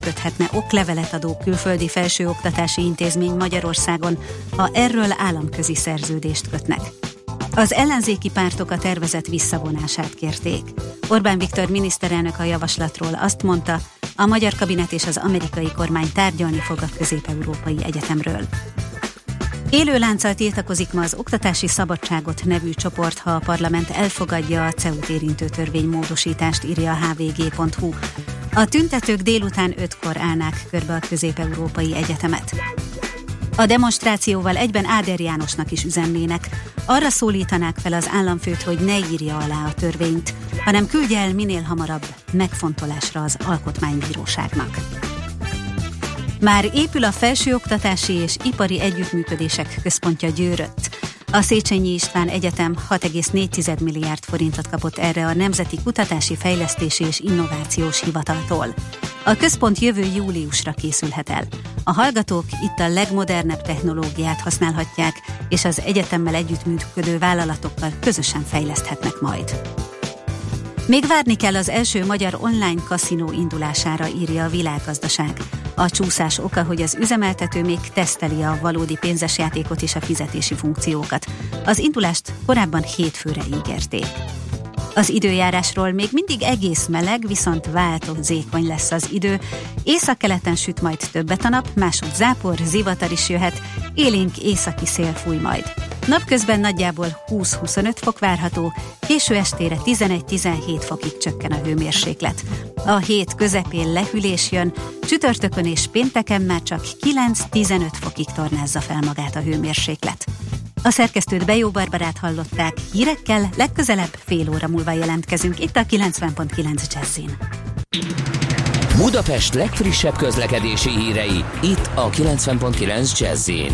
köthetne oklevelet adó külföldi felsőoktatási intézmény Magyarországon, ha erről államközi szerződést kötnek. Az ellenzéki pártok a tervezet visszavonását kérték. Orbán Viktor miniszterelnök a javaslatról azt mondta, a magyar kabinet és az amerikai kormány tárgyalni fog a Közép-Európai Egyetemről. Élő lánccal tiltakozik ma az Oktatási Szabadságot nevű csoport, ha a parlament elfogadja a CEU-t érintő törvénymódosítást, írja a hvg.hu. A tüntetők délután 5-kor állnák körbe a Közép-Európai Egyetemet. A demonstrációval egyben Áder Jánosnak is üzennének. Arra szólítanák fel az államfőt, hogy ne írja alá a törvényt, hanem küldje el minél hamarabb megfontolásra az Alkotmánybíróságnak. Már épül a Felsőoktatási és Ipari Együttműködések Központja Győrött. A Széchenyi István Egyetem 6,4 milliárd forintot kapott erre a Nemzeti Kutatási, Fejlesztési és Innovációs Hivataltól. A központ jövő júliusra készülhet el. A hallgatók itt a legmodernebb technológiát használhatják, és az egyetemmel együttműködő vállalatokkal közösen fejleszthetnek majd. Még várni kell az első magyar online kaszinó indulására, írja a Világgazdaság. A csúszás oka, hogy az üzemeltető még teszteli a valódi pénzes játékot és a fizetési funkciókat. Az indulást korábban hétfőre ígérték. Az időjárásról: még mindig egész meleg, viszont változékony lesz az idő. Északkeleten süt majd többet a nap, máshogy zápor, zivatar is jöhet, élénk északi szél fúj majd. Napközben nagyjából 20-25 fok várható, késő estére 11-17 fokig csökken a hőmérséklet. A hét közepén lehűlés jön, csütörtökön és pénteken már csak 9-15 fokig tornázza fel magát a hőmérséklet. A szerkesztőt Bejó Barbarát hallották, hírekkel legközelebb fél óra múlva jelentkezünk itt a 90.9 Jazzin. Budapest legfrissebb közlekedési hírei, itt a 90.9 Jazzin.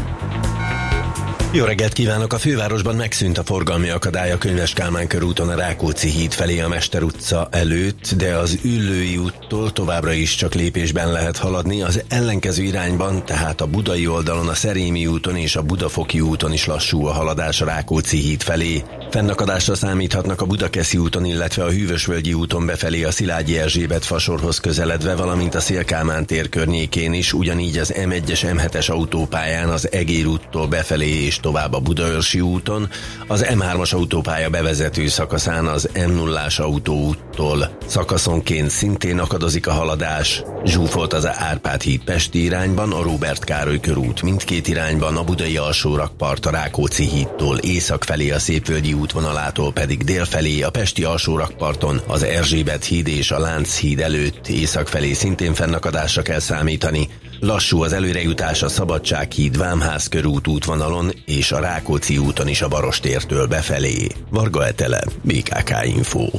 Jó reggelt kívánok! A fővárosban megszűnt a forgalmi akadály a Könyves Kálmán körúton a Rákóczi híd felé a Mester utca előtt, de az Üllői úttól továbbra is csak lépésben lehet haladni, az ellenkező irányban, tehát a budai oldalon a Szerémi úton és a Budafoki úton is lassú a haladás a Rákóczi híd felé. Fennakadásra számíthatnak a Budakeszi úton, illetve a Hűvösvölgyi úton befelé a Szilágyi Erzsébet fasorhoz közeledve, valamint a Széll-Kálmán tér környékén is, ugyanígy az M1-es M7-es autópályán az Egér úttól befelé és tovább a Budaörsi úton, az M3-as autópálya bevezető szakaszán az M0-ás autóúttól szakaszonként szintén akadozik a haladás, zsúfolt az Árpád híd pesti irányban, a Róbert Károly körút mindkét irányban, a budai alsórakpart a Rákóczi hídtól észak felé a Szépvölgyi útvonalától pedig dél felé, a pesti alsórakparton az Erzsébet híd és a Lánchíd előtt észak felé szintén fennakadásra kell számítani. Lassú az előrejutás a Szabadsághíd Vámház körút útvonalon és a Rákóczi úton is a Barostértől befelé. Varga Etele, BKK Info.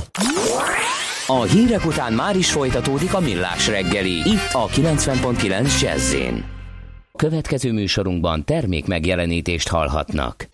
A hírek után már is folytatódik a Millás reggeli, itt a 90.9 Jazz-én. Következő műsorunkban termék megjelenítést hallhatnak.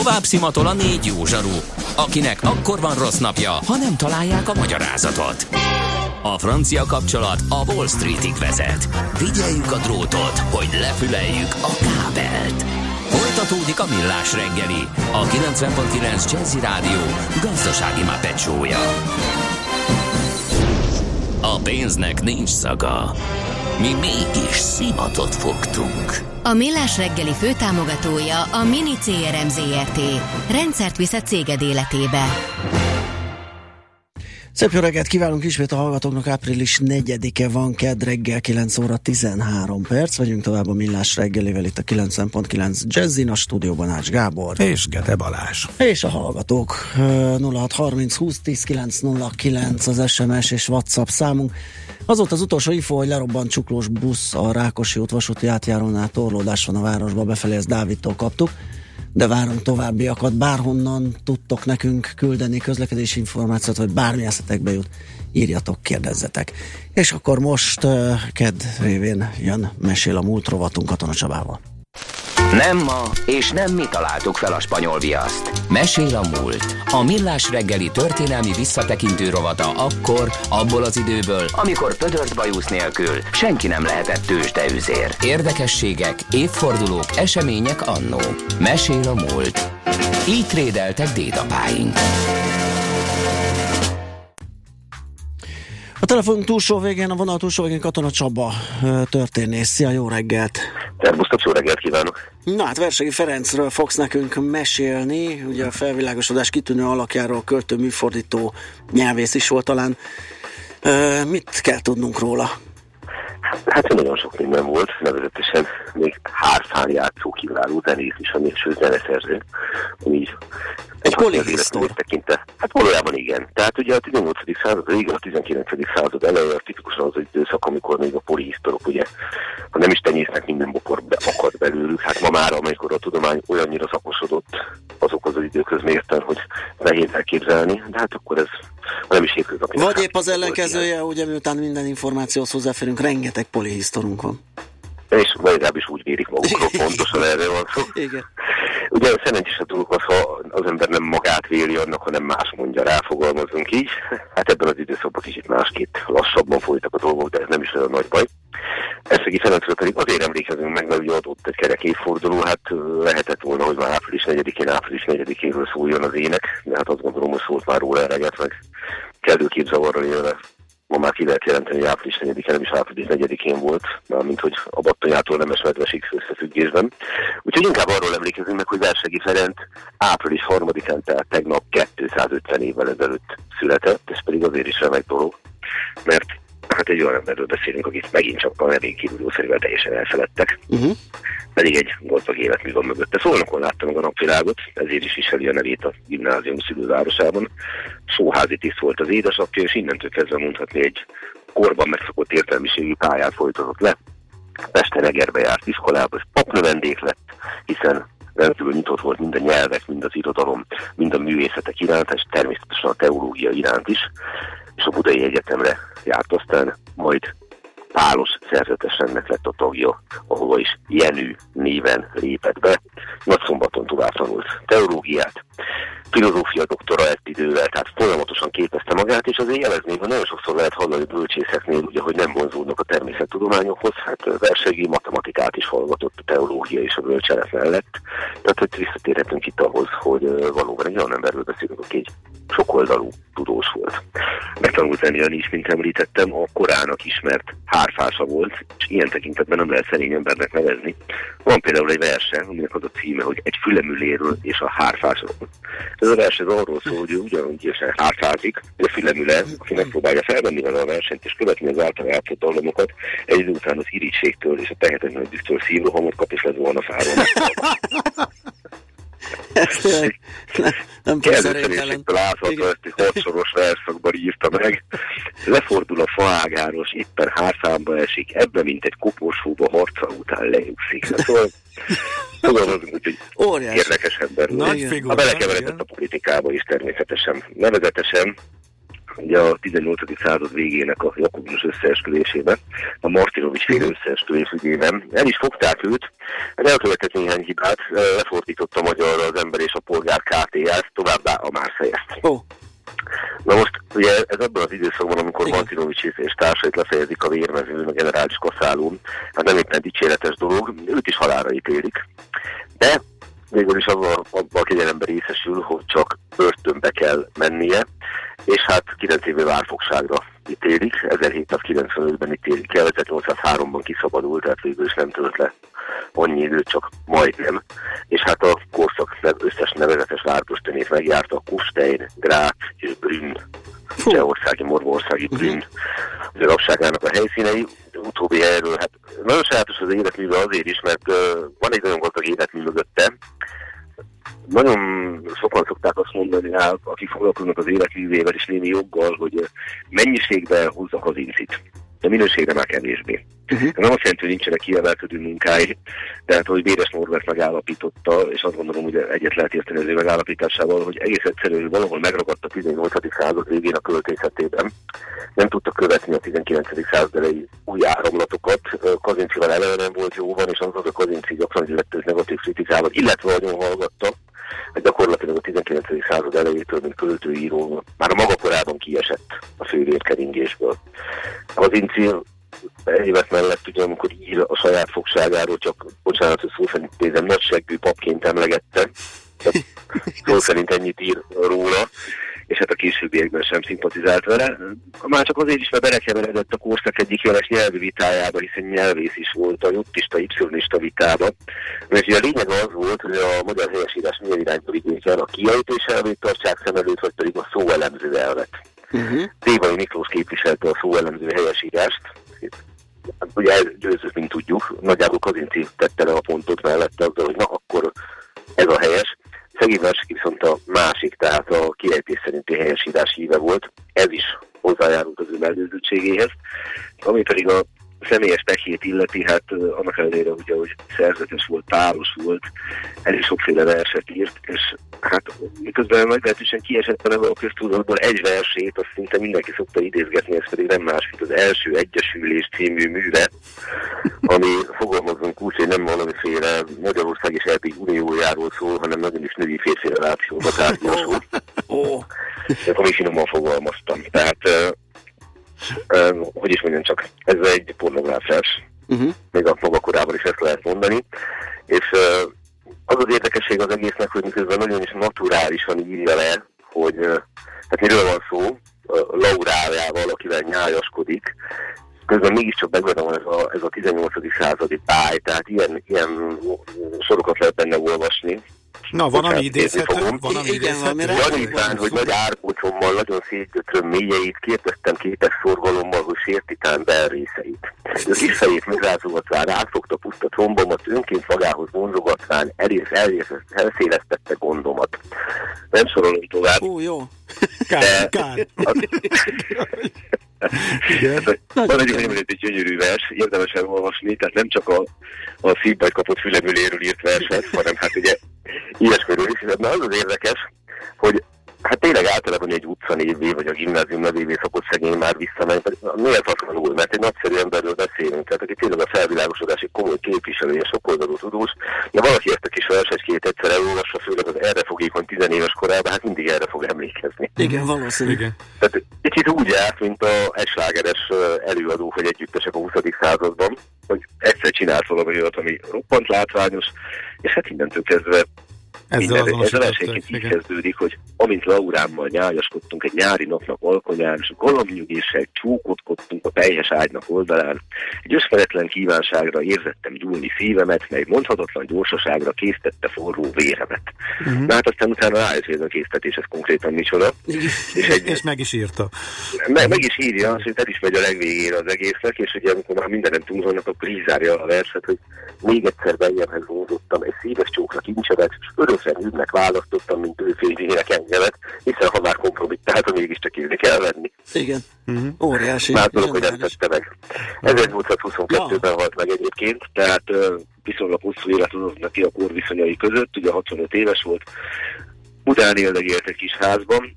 Tovább szimatol a 4 jó zsaru, akinek akkor van rossz napja, ha nem találják a magyarázatot. A francia kapcsolat a Wall Streetig vezet. Figyeljük a drótot, hogy lefüleljük a kábelt. Folytatódik a Millás reggeli, a 90.9 Jazzy Rádió gazdasági Muppet show-ja. A pénznek nincs szaga. Mi mégis szimatot fogtunk. A Millás reggeli főtámogatója a Mini CRM Zrt. Rendszert visz a céged életébe. Szép jó reggelt kívánunk ismét a hallgatóknak, április 4-e van, kedd reggel 9 óra 13 perc. Vagyunk tovább a Millás reggelivel itt a 90.9 Jazzin, a stúdióban Ács Gábor. És Gede Balázs. És a hallgatók 0630 20 10 909 az SMS és WhatsApp számunk. Az volt az utolsó info, hogy lerobbant csuklós busz a Rákosi út vasúti átjárónál, torlódás van a városba, befelé, ezt Dávidtól kaptuk, de várunk továbbiakat. Bárhonnan tudtok nekünk küldeni közlekedési információt, vagy bármi eszetekbe jut, írjatok, kérdezzetek. És akkor most kedd révén jön Mesél a múlt rovatunk Katona Csabával. Nem ma, és nem mi találtuk fel a spanyol viaszt. Mesél a múlt. A Millás reggeli történelmi visszatekintő rovata akkor, abból az időből, amikor pödört bajusz nélkül senki nem lehetett tőzsdeüzér. Érdekességek, évfordulók, események annó. Mesél a múlt. Így trédeltek dédapáink. A telefonunk túlsó végén, a vonal túlsó végén Katona Csaba történész. Szia, jó reggelt! Szervusztok, jó reggelt kívánok! Na hát Versegi Ferencről fogsz nekünk mesélni, ugye a felvilágosodás kitűnő alakjáról, költő, műfordító, nyelvész is volt talán. Mit kell tudnunk róla? Hát nagyon sok minden volt, nevezetesen még hárfán játszó kiváló zenész is, a sőt zeneszerző, ami egy polyhisztor. Hát valójában igen. Tehát ugye a 18. század, igen, a 19. század eleje tipikusan az időszak, amikor még a polyhisztorok, ugye, ha nem is tenyésznek, minden bokor akad belőlük. Hát ma már, amikor a tudomány olyannyira szakosodott azokhoz az időkhöz mérten, hogy nehéz elképzelni, de hát akkor ez nem is hétköznapi. Vagy épp az ellenkezője, ugye miután minden információhoz hozzáférünk, rengeteg polyhisztorunk van. És legalábbis úgy vérik magukról, pontosan erre van szó. Igen. Ugye a szerencsés dolog az, ha az ember nem magát véli annak, hanem más mondja, ráfogalmazunk így. Hát ebben az időszakban kicsit másképp lassabban folytak a dolgok, de ez nem is olyan nagy baj. Eszegi Ferencről pedig azért emlékezünk meg, mert ugye adott egy kerek évforduló, hát lehetett volna, hogy már április 4-éről szóljon az ének, de hát azt gondolom, hogy szólt már róla eleget, meg kellő képzavarral élve. Ma már ki lehet jelenteni, hogy április 4-e nem is április 4-én volt, mármint hogy a Battonyától Nemes Medvesig összefüggésben. Úgyhogy inkább arról emlékezünk meg, hogy Versegi Ferenc április 3-án, tehát tegnap 250 évvel ezelőtt született, ez pedig azért is remek dolog, mert hát egy olyan emberről beszélünk, akit megint csak a nevén kívüliószerűvel teljesen elfeledtek. Pedig egy gazdag életmű van mögötte. Szolnokon látta meg a napvilágot, ezért is viseli a nevét a gimnázium szülővárosában. Sóházi tiszt volt az édesapja, és innentől kezdve mondhatni egy korban megszokott értelmiségű pályát folytatott le. Pesten Egerbe járt iskolába, és papnövendék lett, hiszen rendkívül nyitott volt mind a nyelvek, mind az irodalom, mind a művészetek iránt, és természetesen a teológia iránt is. És a Budai Egyetemre járt, aztán majd Pálos szerzetesnek lett a tagja, ahova is Jenő néven lépett be. Nagyszombaton tovább tanult teológiát, filozófia doktora lett idővel, tehát folyamatosan képezte magát, és azért jelezni, hogy nagyon sokszor lehet hallani bölcsészeknél, ugye, hogy nem vonzódnak a természettudományokhoz, hát Versegi matematikát is hallgatott a teológia és a bölcselet mellett. Tehát hogy visszatérhetünk itt ahhoz, hogy valóban egy olyan emberről beszélünk, aki egy sokoldalú tudós volt. Megtanult zenélni is, mint említettem, a korának ismert hárfása volt, és ilyen tekintetben nem lehet szerény embernek nevezni. Van például egy verse, aminek az a címe, hogy egy fülemüléről és a hárfásról. Ez a vers arról szól, hogy ő ugyanúgy is hárfázik, hogy a fülemüle, aki megpróbálja felvenni vele a versenyt és követni az által játszott dallamokat, egy idő után az irítségtől és a tehetetlen büsztől szívrohamot kap, és lett volna fáról. Ez tényleg nem tudom szerénytelen. Látható, ezt egy 6 soros verszakban írta meg. Lefordul a faágáról, és éppen hárfámba esik, ebbe, mint egy koporsóba harca után lenyugszik. Szóval fogalmazunk úgy, hogy érdekes ember. Ha belekeveredett a politikába is természetesen. Nevezetesen ugye a 18. század végének a Jakobinus összeesküvésében, a Martinovics féle összeesküvés ügyében. El is fogták őt, elkövetett néhány hibát, lefordította magyarra az Ember és a Polgár KT-ját, továbbá a Márszelyest. Na most, ugye ez abban az időszakban, amikor Martinovics és társait lefejezik a vérmezőn, a generális kaszálón, hát nem éppen dicséretes dolog, őt is halálra ítélik. De végül is abban a kegyelemben részesül, hogy csak börtönbe kell mennie, és hát 9 éve várfogságra ítélik, 1795-ben ítélik el, 1803-ban kiszabadult, tehát végül is nem tölt le annyi időt, csak majdnem. És hát a korszak összes nevezetes várostönét megjárta, Kufstein, Graz és Brünn, csehországi, morvaországi Brünn, az rabságának a helyszínei. Utóbbi helyről, hát nagyon sajátos az életműve azért is, mert van egy nagyon gazdag életmű mögötte. Nagyon sokan szokták azt mondani, akik foglalkoznak az életművével és némi joggal, hogy mennyiségben hozza Kazincit, de minőségre már kevésbé. Nem azt jelenti, hogy nincsenek kiemelkedő munkái, de hát, hogy Véres Norbert megállapította, és azt gondolom, hogy egyet lehet érteni az ő megállapításával, hogy egész egyszerűen valahol megragadt a 18. század végén a költészetében. Nem tudta követni a 19. század elejé új áramlatokat. Kazincival eleve nem volt jóban, és az a Kazinci gyakran illető negatív kritikával, illetve nagyon hallgatta, hogy gyakorlatilag a 19. század elejétől, mint költőíró, már a maga korában kiesett a fővérkeringésből. Kazinci évet mellett, ugye, amikor ír a saját fogságáról, csak, bocsánat, hogy szó szerint nézem, nagyseggű papként emlegette, szó szerint ennyit ír róla, és hát a későbbiekben sem szimpatizált vele. Már csak azért is, mert belekeveredett a korszak egyik jeles nyelvi vitájába, hiszen nyelvész is volt a jottista, y-lista vitába. Mert ugye a lényeg az volt, hogy a magyar helyesírás milyen irányba vigyék el, a kiejtés elvét tartsák szem előtt, vagy pedig a szóelemző elvet. Dévai Miklós képviselte a szóelemző helyesírást. Ugye győzőt, mint tudjuk, nagyjából Kazinci tette le a pontot mellette, azzal, hogy na akkor ez a helyes. Szegény Versek viszont a másik, tehát a kiejtés szerinti helyesírás híve volt. Ez is hozzájárult az ő mellőzöttségéhez. Ami pedig a személyes pekjét illeti, hát annak ellenére, ugye, hogy szerzetes volt, páros volt, elég sokféle verset írt, és hát miközben meglehetősen kiesett a neve a köztudatból egy versét, azt szinte mindenki szokta idézgetni, ez pedig nem más, mint az Első Egyesülés című műve, ami fogalmazunk úgy, hogy nem valamiféle Magyarország és Erdély uniójáról szól, hanem nagyon is női férfi relációba tárgyasult. De ami finoman fogalmaztam. Tehát hogy is mondjam csak, ez egy pornográf vers, még a maga korában is ezt lehet mondani, és az az érdekesség az egésznek, hogy miközben nagyon is naturálisan írja le, hogy hát miről van szó, Laurájával, akivel nyájaskodik, közben mégiscsak benne van ez a 18. századi pály, tehát ilyen sorokat lehet benne olvasni. Na, van, ami idézhető? Gyanítán, hogy nagy árkócsommal, nagyon szétgyötröm mélyeit, kérdeztem képes szorgalommal, hogy sértitán belrészeit. Az kis fejét megrázogatván, átfogta puszta trombomat, önként magához vonzogatván, elszélesztette gondomat. Nem sorolom tovább. Jó. Kár. Van egy gyönyörű vers, érdemes elolvasni, tehát nem csak a szívbajt kapott fülemüléről írt verset, hanem hát ugye ilyesmiről is, de az az érdekes, hogy hát tényleg általában egy utcanévé, vagy a gimnázium nevévé szokott szegény már visszamenni, miért hasonlul, mert egy nagyszerű emberről beszélünk, tehát aki tényleg a felvilágosodás egy komoly képviselője, sokoldalú tudós, ja, valaki ezt a kis versecskét egyszer elolvassa, főleg az erre fogékony 10 éves korában, hát mindig erre fog emlékezni. Igen, valószínűleg. Tehát kicsit úgy járt, mint egy slágeres előadó, hogy együttesek a 20. században, hogy egyszer csinált valami olyat, ami roppant látványos, és hát innentől kezdve ez a versenyként így kezdődik, hogy amint Laurámmal nyájaskodtunk egy nyári napnak alkonyán, és galambnyugéssel csókodkodtunk a teljes ágynak oldalán, egy öszmeretlen kívánságra érzettem gyúlni szívemet, mely mondhatatlan gyorsaságra késztette forró véremet. Na hát aztán utána rájött, hogy ez a késztetés, ez konkrétan micsoda. És meg is írta. Meg is írja, és el is megy a legvégére az egésznek, és ugye amikor már mindenem túlzolnak, akkor így zárja a verset, hogy még egyszer beljebhez vonzottam, egy szíves csókra kincsevet, és örökre hűbbnek választottam, mint ő félvének engemet, hiszen ha már kompromittált, mégiscsak írni kell venni. Igen. Óriási. Már dolog, hogy nem tette meg. 1822-ben halt meg egyébként, tehát viszonylag hosszú élet adott ki a korviszonyai között, ugye 65 éves volt, Budán éldegélt egy kis házban,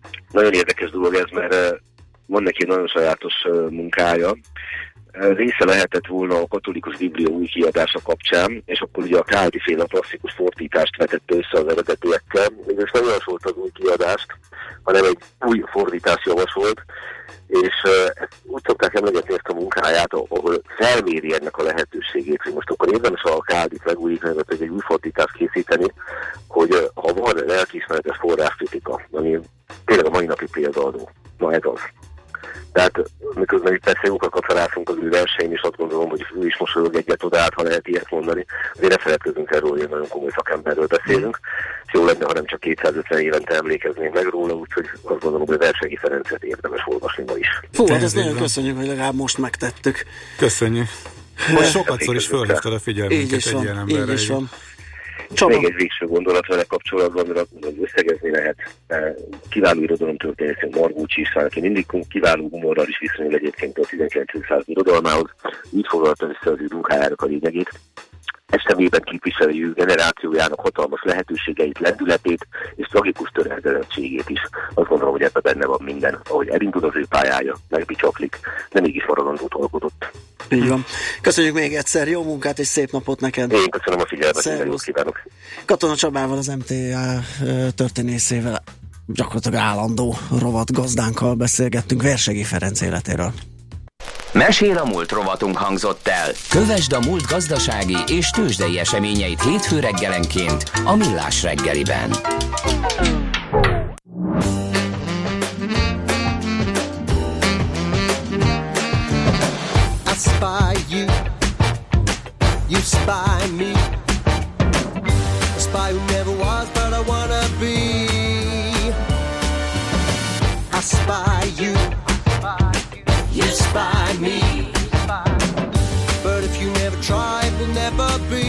Nagyon érdekes dolog ez, mert van neki egy nagyon sajátos munkája. Része lehetett volna a katolikus biblia új kiadása kapcsán, és akkor ugye a Káldi féle klasszikus fordítást vetette össze az eredetiekkel. Mégis nem javasolt az új kiadást, hanem egy új fordítás javasolt, és úgy szokták emlegetni ezt a munkáját, ahol felméri ennek a lehetőségét, hogy most akkor érdemes a Káldit megújítani, vagy egy új fordítást készíteni, hogy ha van lelkiismeretes forráskritika, ami tényleg a mai napi példaadó. Na ez az. Tehát miközben itt persze jókat kacarászunk az ő versenyt, és azt gondolom, hogy ő is mosolyog egyet odaállt, ha lehet ilyet mondani. Azért ne feledkezzünk erről, hogy nagyon komoly szakemberről beszélünk. Jó lenne, ha nem csak 250 évente emlékeznénk meg róla, úgyhogy azt gondolom, hogy Versegi Ferencet érdemes olvasni ma is. Fú, hát ezt nagyon köszönjük, hogy legalább most megtettük. Köszönjük. Most sokatszor is fölhívtad a figyelmünket egy ilyen emberre. Így is van. Még egy végső gondolat vele kapcsolatban, mert összegezni lehet. Kiváló irodalomtörténész Margóczi István, aki mindig kiváló humorral is viszonyul egyébként a 19. század irodalmához. Így foglalta össze az ő munkájának a lényegét. Eszemében képviselő generációjának hatalmas lehetőségeit, lendületét és tragikus töredezettségét is. Azt gondolom, hogy ebben benne van minden. Ahogy elindul az ő pályája, megbicsaklik, de mégis maradandót alkotott. Így van. Köszönjük még egyszer, jó munkát és szép napot neked! Én köszönöm a figyelmet, minden jót kívánok! Katona Csabával, az MTA történészével, gyakorlatilag állandó rovat gazdánkkal beszélgettünk Versegi Ferenc életéről. Mesél a múlt rovatunk hangzott el. Kövesd a múlt gazdasági és tőzsdei eseményeit hétfő reggelenként a Millás reggeliben. I spy you, you spy me. A spy who never was, but I wanna be. I spy you. You spy me, but if you never try, it will never be.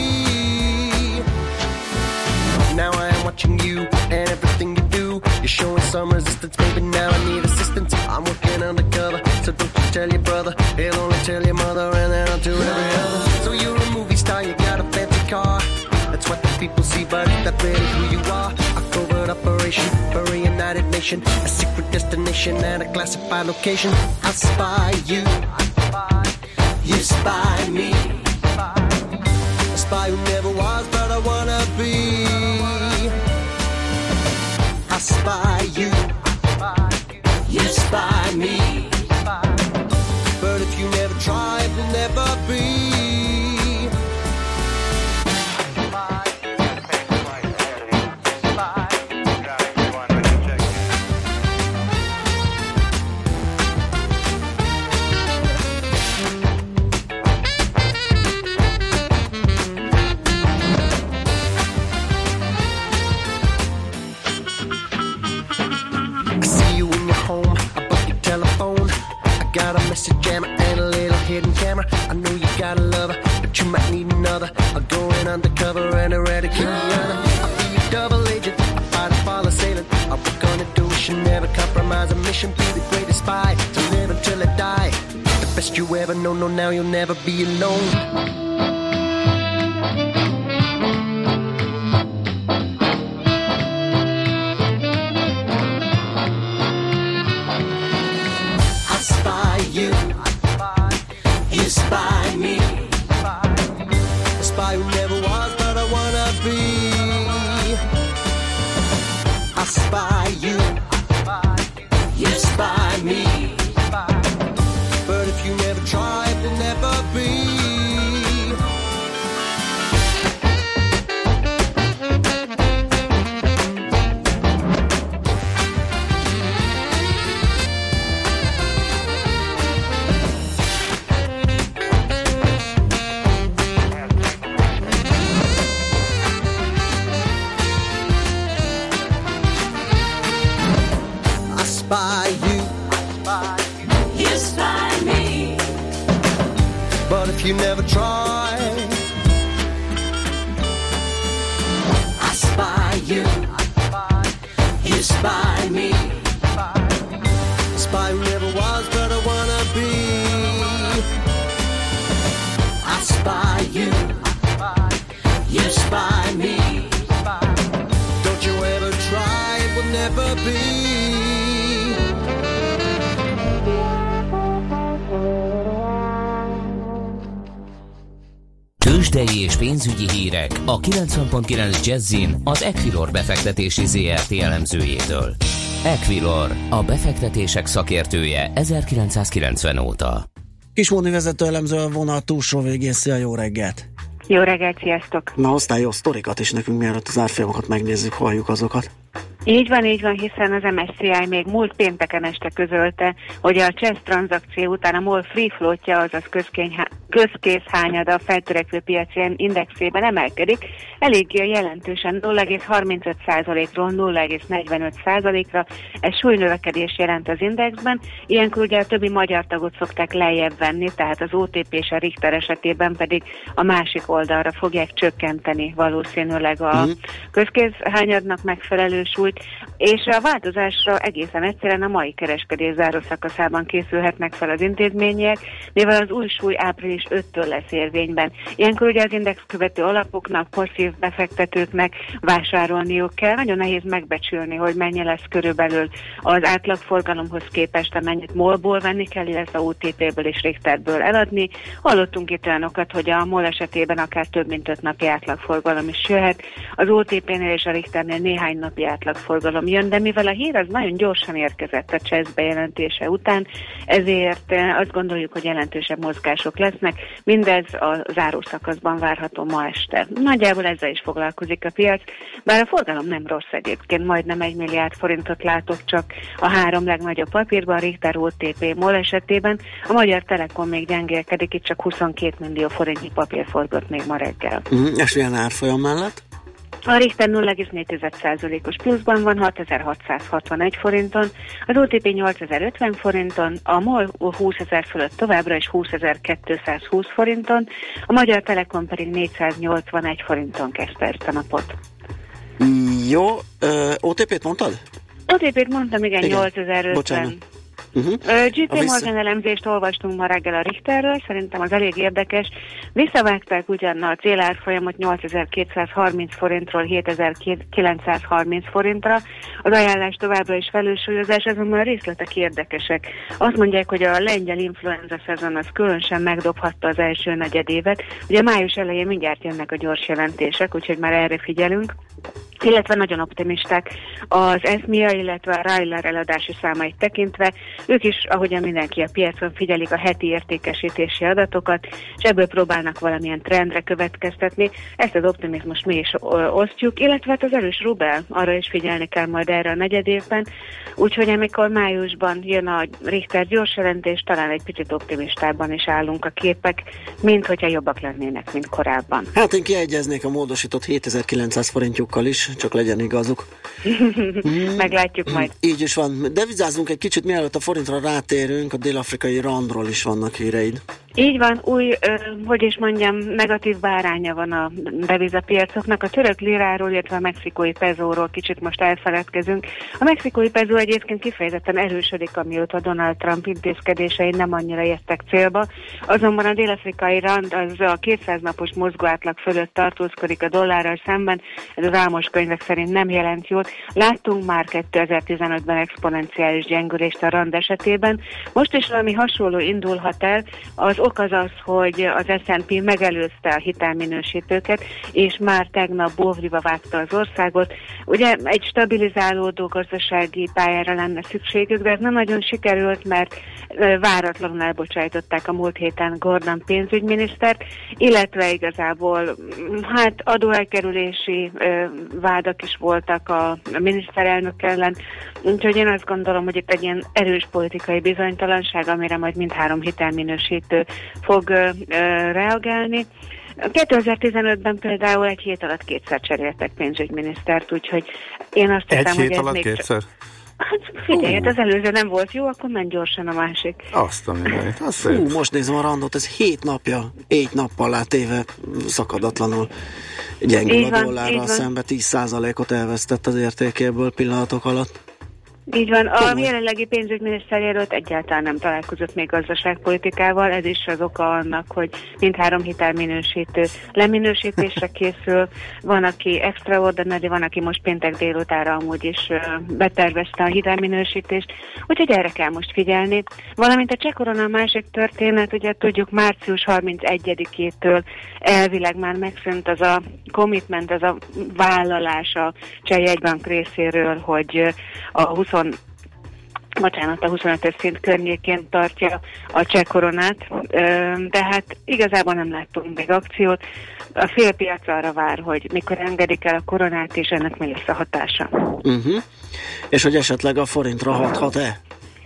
Now I am watching you and everything you do. You're showing some resistance, baby, now I need assistance. I'm working undercover, so don't you tell your brother. He'll only tell your mother, and then I'll do every other. So you're a movie star, you got a fancy car. That's what the people see, but is that really who you are? A covert operation for a united nation, a secret destination and a classified location. I spy you, you spy me. A spy who never was, but I wanna be. I spy you, you spy me. But if you never try, it will never be. Jammer and a little hidden camera. I know you got a lover, but you might need another. I'm going undercover and eradicate the other. I'll be your double agent, I'll fight a fall assailant. All we're gonna do is should never compromise a mission. Be the greatest spy to live until I die. The best you ever know, no, now you'll never be alone. Spy me, a spy who never was, but I wanna be. I spy you, you spy me. But if you never try, it will never be. Spy you, you spy me. But if you never try, I spy you, you spy me. A spy who never was, but I wanna be. I spy you, you spy me. Don't you ever try, it will never be. Tőzsdei és pénzügyi hírek a 90.9 Jazzin az Equilor befektetési ZRT elemzőjétől. Equilor, a befektetések szakértője 1990 óta. Kismóni vezető elemző a vonal túlsó végén. Szia, jó reggelt! Jó reggelt, sziasztok! Na, hoztál jó sztorikat is nekünk, mielőtt az árfolyamokat megnézzük, halljuk azokat. Így van, hiszen az MSCI még múlt pénteken este közölte, hogy a CSZ tranzakció után a MOL free floatja, azaz közkészhányada a feltörekvő piaci indexében emelkedik, elég jelentősen 0,35%-ról 0,45%-ra, ez súlynövekedés jelent az indexben, ilyenkor ugye a többi magyar tagot szokták lejjebb venni, tehát az OTP és a Richter esetében pedig a másik oldalra fogják csökkenteni valószínűleg a közkészhányadnak megfelelő súlyt, és a változásra egészen egyszerűen a mai kereskedés záró szakaszában készülhetnek fel az intézmények, mivel az új súly április 5-től lesz érvényben. Ilyenkor ugye az index követő alapoknak, passzív befektetőknek vásárolniuk kell. Nagyon nehéz megbecsülni, hogy mennyi lesz körülbelül az átlagforgalomhoz képest, amennyit MOL-ból venni kell, illetve OTP-ből és Richterből eladni. Hallottunk itt olyanokat, hogy a MOL esetében akár több mint 5 napi átlagforgalom is jöhet. Az OTP-nél és a Richternél néhány napi átlagforgalom jön, de mivel a hír az nagyon gyorsan érkezett a CSZ bejelentése után, ezért azt gondoljuk, hogy jelentősebb mozgások lesznek. Mindez a zárószakaszban várható ma este. Nagyjából ezzel is foglalkozik a piac, bár a forgalom nem rossz egyébként, majdnem 1 milliárd forintot látok csak a 3 legnagyobb papírban, Richter, OTP, MOL esetében. A Magyar Telekom még gyengélkedik, itt csak 22 millió forintnyi papír forgott még ma reggel. És milyen árfolyam mellett? A Richter 0,4%-os pluszban van 6661 forinton, az OTP 8050 forinton, a MOL 20.000 fölött továbbra is 20.220 forinton, a Magyar Telekom pedig 481 forinton kezdte ezt a napot. Jó, OTP-t mondtad? OTP-t mondtam, igen. 8050. Bocsánat. JP Morgan elemzést olvastunk ma reggel a Richterről, szerintem az elég érdekes. Visszavágták ugyan a célárfolyamot 8230 forintról 7930 forintra. Az ajánlás továbbra is felülsúlyozás, azonban a részletek érdekesek. Azt mondják, hogy a lengyel influenza szezon az különösen megdobhatta az első negyedévet. Ugye május elején mindjárt jönnek a gyors jelentések, úgyhogy már erre figyelünk. Illetve nagyon optimisták az ESMIA, illetve a Ryler eladási számait tekintve. Ők is, ahogyan mindenki a piacon, figyelik a heti értékesítési adatokat, és ebből próbálnak valamilyen trendre következtetni. Ezt az optimizmust mi is osztjuk, illetve hát az erős rubel, arra is figyelni kell majd erre a negyedévben. Úgyhogy amikor májusban jön a Richter gyors jelentés, talán egy picit optimistában is állunk a képek, mint hogyha jobbak lennének, mint korábban. Hát én kiegyeznék a módosított 7900 forintjukkal is, csak legyen igazuk. Meglátjuk majd. Így is van. Devizázunk egy kicsit, mielőtt a forintra rátérünk, a dél-afrikai randról is vannak híreid. Így van, új, negatív báránya van a devizapiacoknak. A török liráról, illetve a mexikói pezóról kicsit most elfeledkezünk. A mexikói pezó egyébként kifejezetten erősödik, amióta Donald Trump intézkedései nem annyira értek célba. Azonban a dél-afrikai rand az a 200 napos mozgóátlag fölött tartózkodik a dollárral szemben. Ez az álmos könyvek szerint nem jelent jót. Láttunk már 2015-ben exponenciális gyengülést a rand esetében. Most is valami hasonló indulhat el. Az ok az, hogy az S&P megelőzte a hitelminősítőket, és már tegnap bóvriba vágta az országot. Ugye egy stabilizálódó gazdasági pályára lenne szükségük, de ez nem nagyon sikerült, mert váratlanul elbocsájtották a múlt héten Gordon pénzügyminisztert, illetve igazából adóelkerülési vádak is voltak a miniszterelnök ellen, úgyhogy én azt gondolom, hogy itt egy ilyen erős politikai bizonytalanság, amire majd mindhárom hitelminősítő fog reagálni. 2015-ben például egy hét alatt kétszer cseréltek pénzügyminisztert, úgyhogy én azt hiszem, hogy ez még... Kétszer? Hát figyelj, az előző nem volt jó, akkor menj gyorsan a másik. Azt a mindenit. Most nézem a randot, ez 7 napja, 4 nappal átéve szakadatlanul gyengül a dollárral szembe, 10%-ot elvesztett az értékéből pillanatok alatt. Így van, a jelenlegi pénzügyminiszter jelölt egyáltalán nem találkozott még gazdaságpolitikával, ez is az oka annak, hogy mindhárom hitelminősítő leminősítésre készül, van, aki extraordinary, van, aki most péntek délutára amúgy is betervezte a hitelminősítést, úgyhogy erre kell most figyelni. Valamint a cseh korona a másik történet, ugye tudjuk március 31-től elvileg már megszűnt az a commitment, az a vállalás a Cseh jegybank részéről, hogy a 25-ös szint környékén tartja a cseh koronát, de hát igazából nem láttunk még akciót. A félpiac arra vár, hogy mikor engedik el a koronát, és ennek mi lesz a hatása. És hogy esetleg a forintra hathat-e?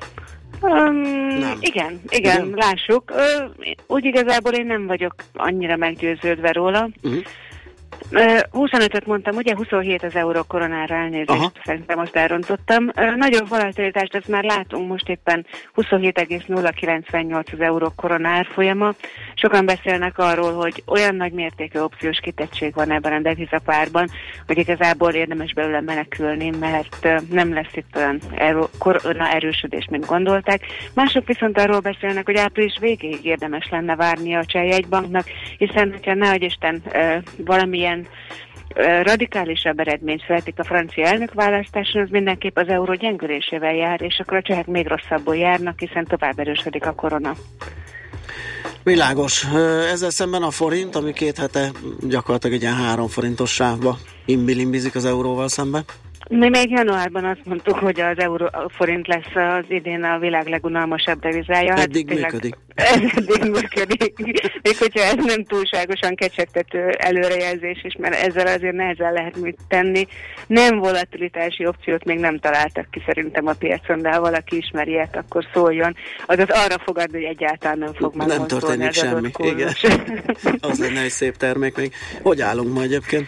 Igen, lássuk. Úgy igazából én nem vagyok annyira meggyőződve róla. 25-öt mondtam, ugye 27 az euró koronára, elnézést, szerintem most elrontottam. Nagyobb volatilitást ezt már látunk, most éppen 27,098 az euró korona árfolyama. Sokan beszélnek arról, hogy olyan nagy mértékű opciós kitettség van ebben a devizapárban, hogy igazából érdemes belőle menekülni, mert nem lesz itt olyan korona erősödés, mint gondolták. Mások viszont arról beszélnek, hogy április végéig érdemes lenne várni a Cseh jegybanknak, hiszen hogyha nehogy Isten valamilyen radikálisabb eredményt születik a francia elnökválasztáson, az mindenképp az euró gyengülésével jár, és akkor a csehek még rosszabbul járnak, hiszen tovább erősödik a korona. Világos. Ezzel szemben a forint, ami 2 hete gyakorlatilag egy ilyen 3 forintos sávba imbilimbizik az euróval szemben. Mi még januárban azt mondtuk, hogy az forint lesz az idén a világ legunalmasabb devizája. Eddig működik. Eddig működik. Még hogyha ez nem túlságosan kecsegtető előrejelzés is, mert ezzel azért nehezen lehet mit tenni. Nem volatilitási opciót még nem találtak ki szerintem a piacon, de ha valaki ismeri ilyet, akkor szóljon. Azaz arra fogad, hogy egyáltalán nem fog már nem történik semmi. Igen. Az lenne egy szép termék még. Hogy állunk ma egyébként?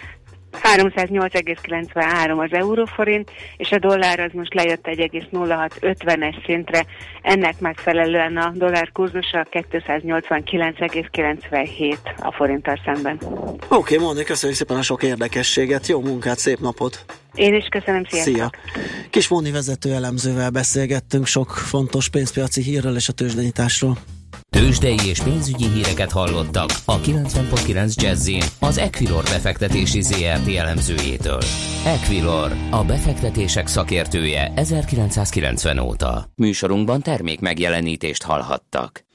308,93 az euróforint, és a dollár az most lejött 1,0650-es szintre, ennek megfelelően a dollár kurzusa 289,97 a forinttal szemben. Oké, Móni, köszönjük szépen a sok érdekességet, jó munkát, szép napot! Én is köszönöm, sziasztok! Szia! Kis Móni vezető elemzővel beszélgettünk sok fontos pénzpiaci hírről és a tőzsdenyításról. Tőzsdei és pénzügyi híreket hallottak a 90.9 Jazzin az Equilor befektetési ZRT elemzőjétől. Equilor, a befektetések szakértője 1990 óta. Műsorunkban termék megjelenítést hallhattak.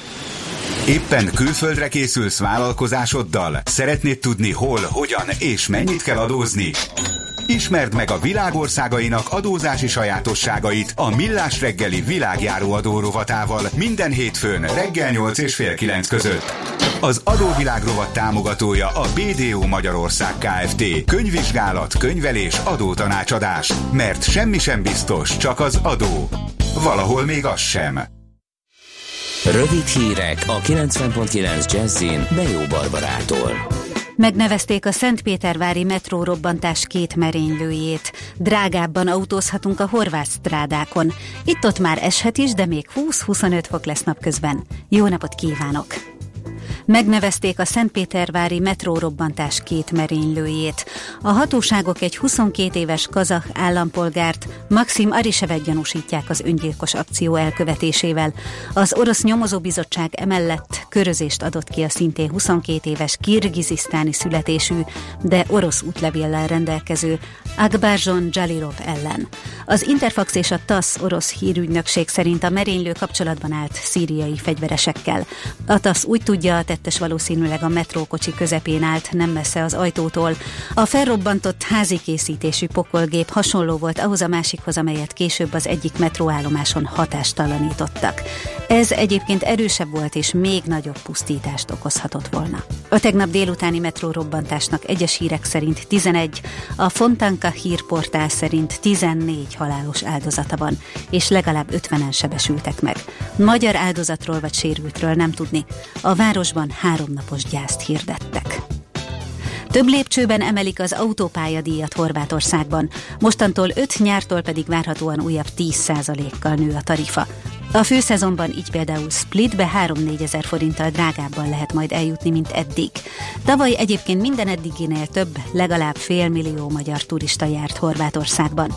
Éppen külföldre készülsz vállalkozásoddal? Szeretnéd tudni hol, hogyan és mennyit kell adózni? Ismerd meg a világ országainak adózási sajátosságait a Millás reggeli világjáró adó rovatával minden hétfőn reggel 8 és fél 9 között. Az adóvilág rovat támogatója a BDO Magyarország Kft. Könyvvizsgálat, könyvelés, adótanácsadás. Mert semmi sem biztos, csak az adó. Valahol még az sem. Rövid hírek a 90.9 Jazzin Bejó Barbarától. Megnevezték a Szentpétervári metrórobbantás 2 merénylőjét. Drágábban autózhatunk a horvát strádákon. Itt-ott már eshet is, de még 20-25 fok lesz napközben. Jó napot kívánok! Megnevezték a Szentpétervári metrórobbantás 2 merénylőjét. A hatóságok egy 22 éves kazah állampolgárt, Maxim Arisevet gyanúsítják az öngyilkos akció elkövetésével. Az orosz nyomozóbizottság emellett körözést adott ki a szintén 22 éves kirgizisztáni születésű, de orosz útlevéllel rendelkező Akbarzson Jalilov ellen. Az Interfax és a TASZ orosz hírügynökség szerint a merénylő kapcsolatban állt szíriai fegyveresekkel. A TASZ úgy tudja, a tettes valószínűleg a metrókocsi közepén állt, nem messze az ajtótól. A felrobbantott házi készítésű pokolgép hasonló volt ahhoz a másikhoz, amelyet később az egyik metróállomáson hatástalanítottak. Ez egyébként erősebb volt és még nagyobb pusztítást okozhatott volna. A tegnap délutáni metrórobbantásnak egyes hírek szerint 11, a Fontanka hírportál szerint 14 halálos áldozata van, és legalább 50-en sebesültek meg. Magyar áldozatról vagy sérültről nem tudni. A városban 3 napos gyászt hirdettek. Több lépcsőben emelik az autópályadíjat Horvátországban. Mostantól 5, nyártól pedig várhatóan újabb 10%-kal nő a tarifa. A főszezonban így például Splitbe 3-4 ezer forinttal drágábban lehet majd eljutni, mint eddig. Tavaly egyébként minden eddiginél több, legalább 500 000 magyar turista járt Horvátországban.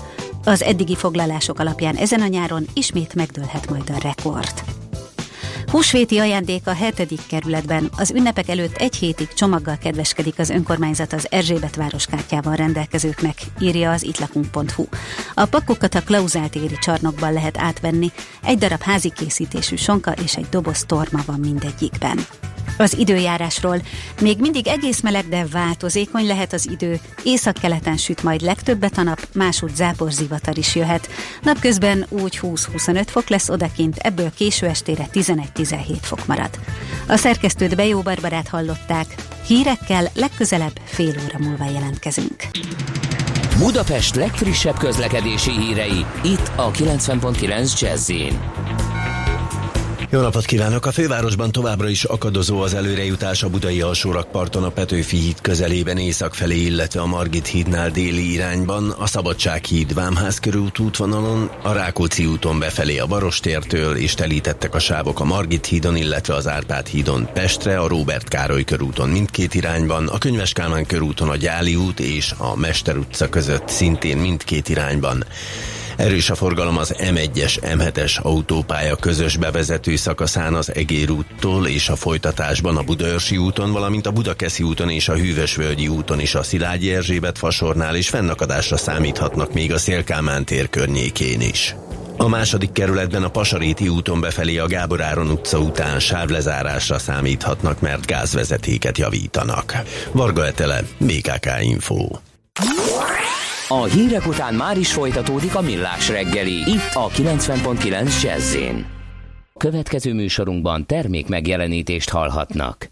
Az eddigi foglalások alapján ezen a nyáron ismét megdőlhet majd a rekord. Húsvéti ajándék a 7. kerületben. Az ünnepek előtt egy hétig csomaggal kedveskedik az önkormányzat az Erzsébet városkártyával rendelkezőknek, írja az ittlakunk.hu. A pakkokat a Klauzál téri csarnokban lehet átvenni, egy darab házi készítésű sonka és egy doboz torma van mindegyikben. Az időjárásról. Még mindig egész meleg, de változékony lehet az idő. Északkeleten süt majd legtöbbet a nap, másútt záporzivatar is jöhet. Napközben úgy 20-25 fok lesz odakint, ebből késő estére 11-17 fok marad. A szerkesztőt Bejó Barbarát hallották. Hírekkel legközelebb fél óra múlva jelentkezünk. Budapest legfrissebb közlekedési hírei, itt a 90.9 Jazz-in. Jó napot kívánok! A fővárosban továbbra is akadozó az előrejutás a budai alsórakparton, a Petőfi híd közelében észak felé, illetve a Margit hídnál déli irányban, a Szabadsághíd Vámház körút útvonalon, a Rákóczi úton befelé a Barostértől, és telítettek a sávok a Margit hídon, illetve az Árpád hídon Pestre, a Róbert Károly körúton mindkét irányban, a Könyves Kálmán körúton a Gyáli út és a Mester utca között szintén mindkét irányban. Erős a forgalom az M1-es, M7-es autópálya közös bevezető szakaszán az Egér úttól és a folytatásban a Budaörsi úton, valamint a Budakeszi úton és a Hűvösvölgyi úton is a Szilágyi Erzsébet fasornál, és fennakadásra számíthatnak még a Széll-Kálmán tér környékén is. A második kerületben a Pasaréti úton befelé a Gábor Áron utca után sávlezárásra számíthatnak, mert gázvezetéket javítanak. Varga Etele, BKK Info. A hírek után már is folytatódik a Millás reggeli, itt a 90.9 Jazz-in. Következő műsorunkban termék megjelenítést hallhatnak.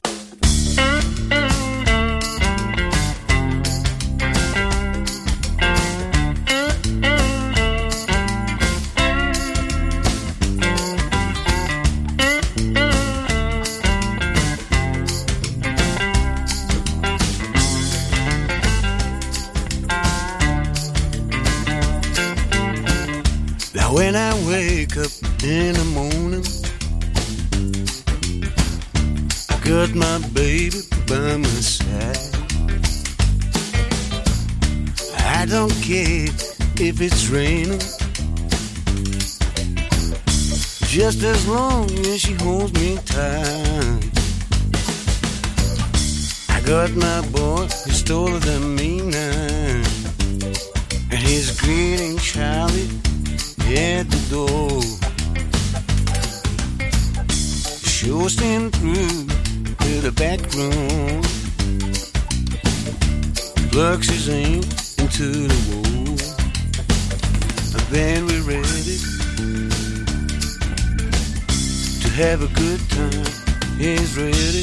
When I wake up in the morning, I got my baby by my side. I don't care if it's raining, just as long as she holds me tight. I got my boy, he's taller than me now, and he's greeting Charlie at the door. Shows him through to the back room, plugs his aim into the wall, and then we're ready to have a good time. He's ready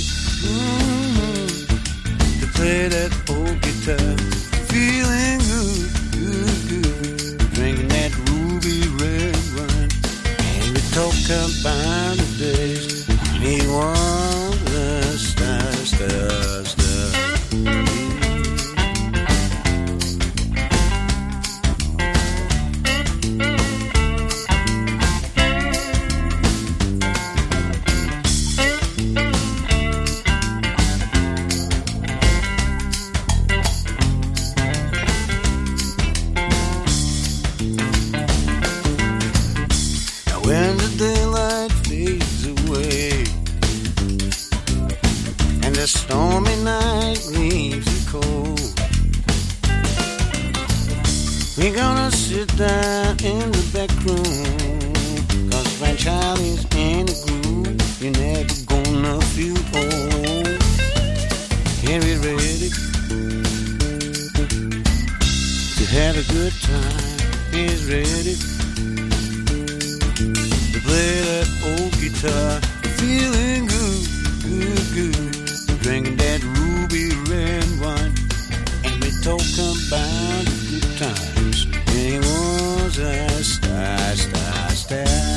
to play that old guitar, feeling good, good, good, drinking that ruby red wine, and we talk about the days when he was a star, star, star. When the daylight fades away and the stormy night leaves you cold, we're gonna sit down in the back room, 'cause when Charlie's in the groove, you're never gonna feel old. And we're ready to have a good time. He's ready play that old guitar, feeling good, good, good, drinking that ruby red wine, and we talk about the good times. And he was a star, star, star.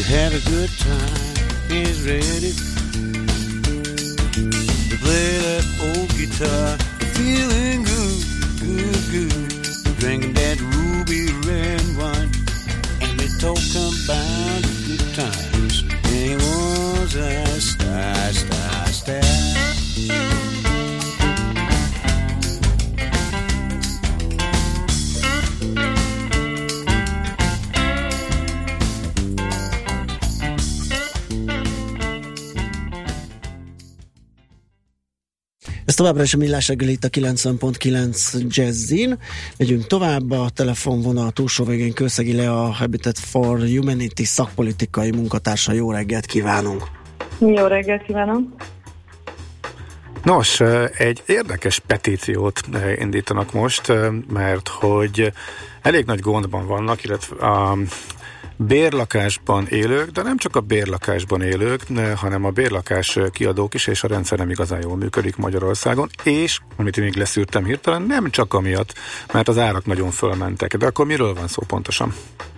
you had a good time, is ready to play that old guitar, feeling good, good, good, drinking that ruby red wine, and we talk about good times. And he was a star, star, star. Ez továbbra is a Millás reggeli itt a 90.9 Jazzin. Megyünk tovább, a telefonvonal túlsó végén Kőszegi Lea, a Habitat for Humanity szakpolitikai munkatársa. Jó reggelt kívánunk! Jó reggelt kívánok! Nos, egy érdekes petíciót indítanak most, mert hogy elég nagy gondban vannak, illetve a bérlakásban élők, de nem csak a bérlakásban élők, hanem a bérlakás kiadók is, és a rendszer nem igazán jól működik Magyarországon, és, amit még leszűrtem hirtelen, nem csak amiatt, mert az árak nagyon fölmentek. De akkor miről van szó pontosan?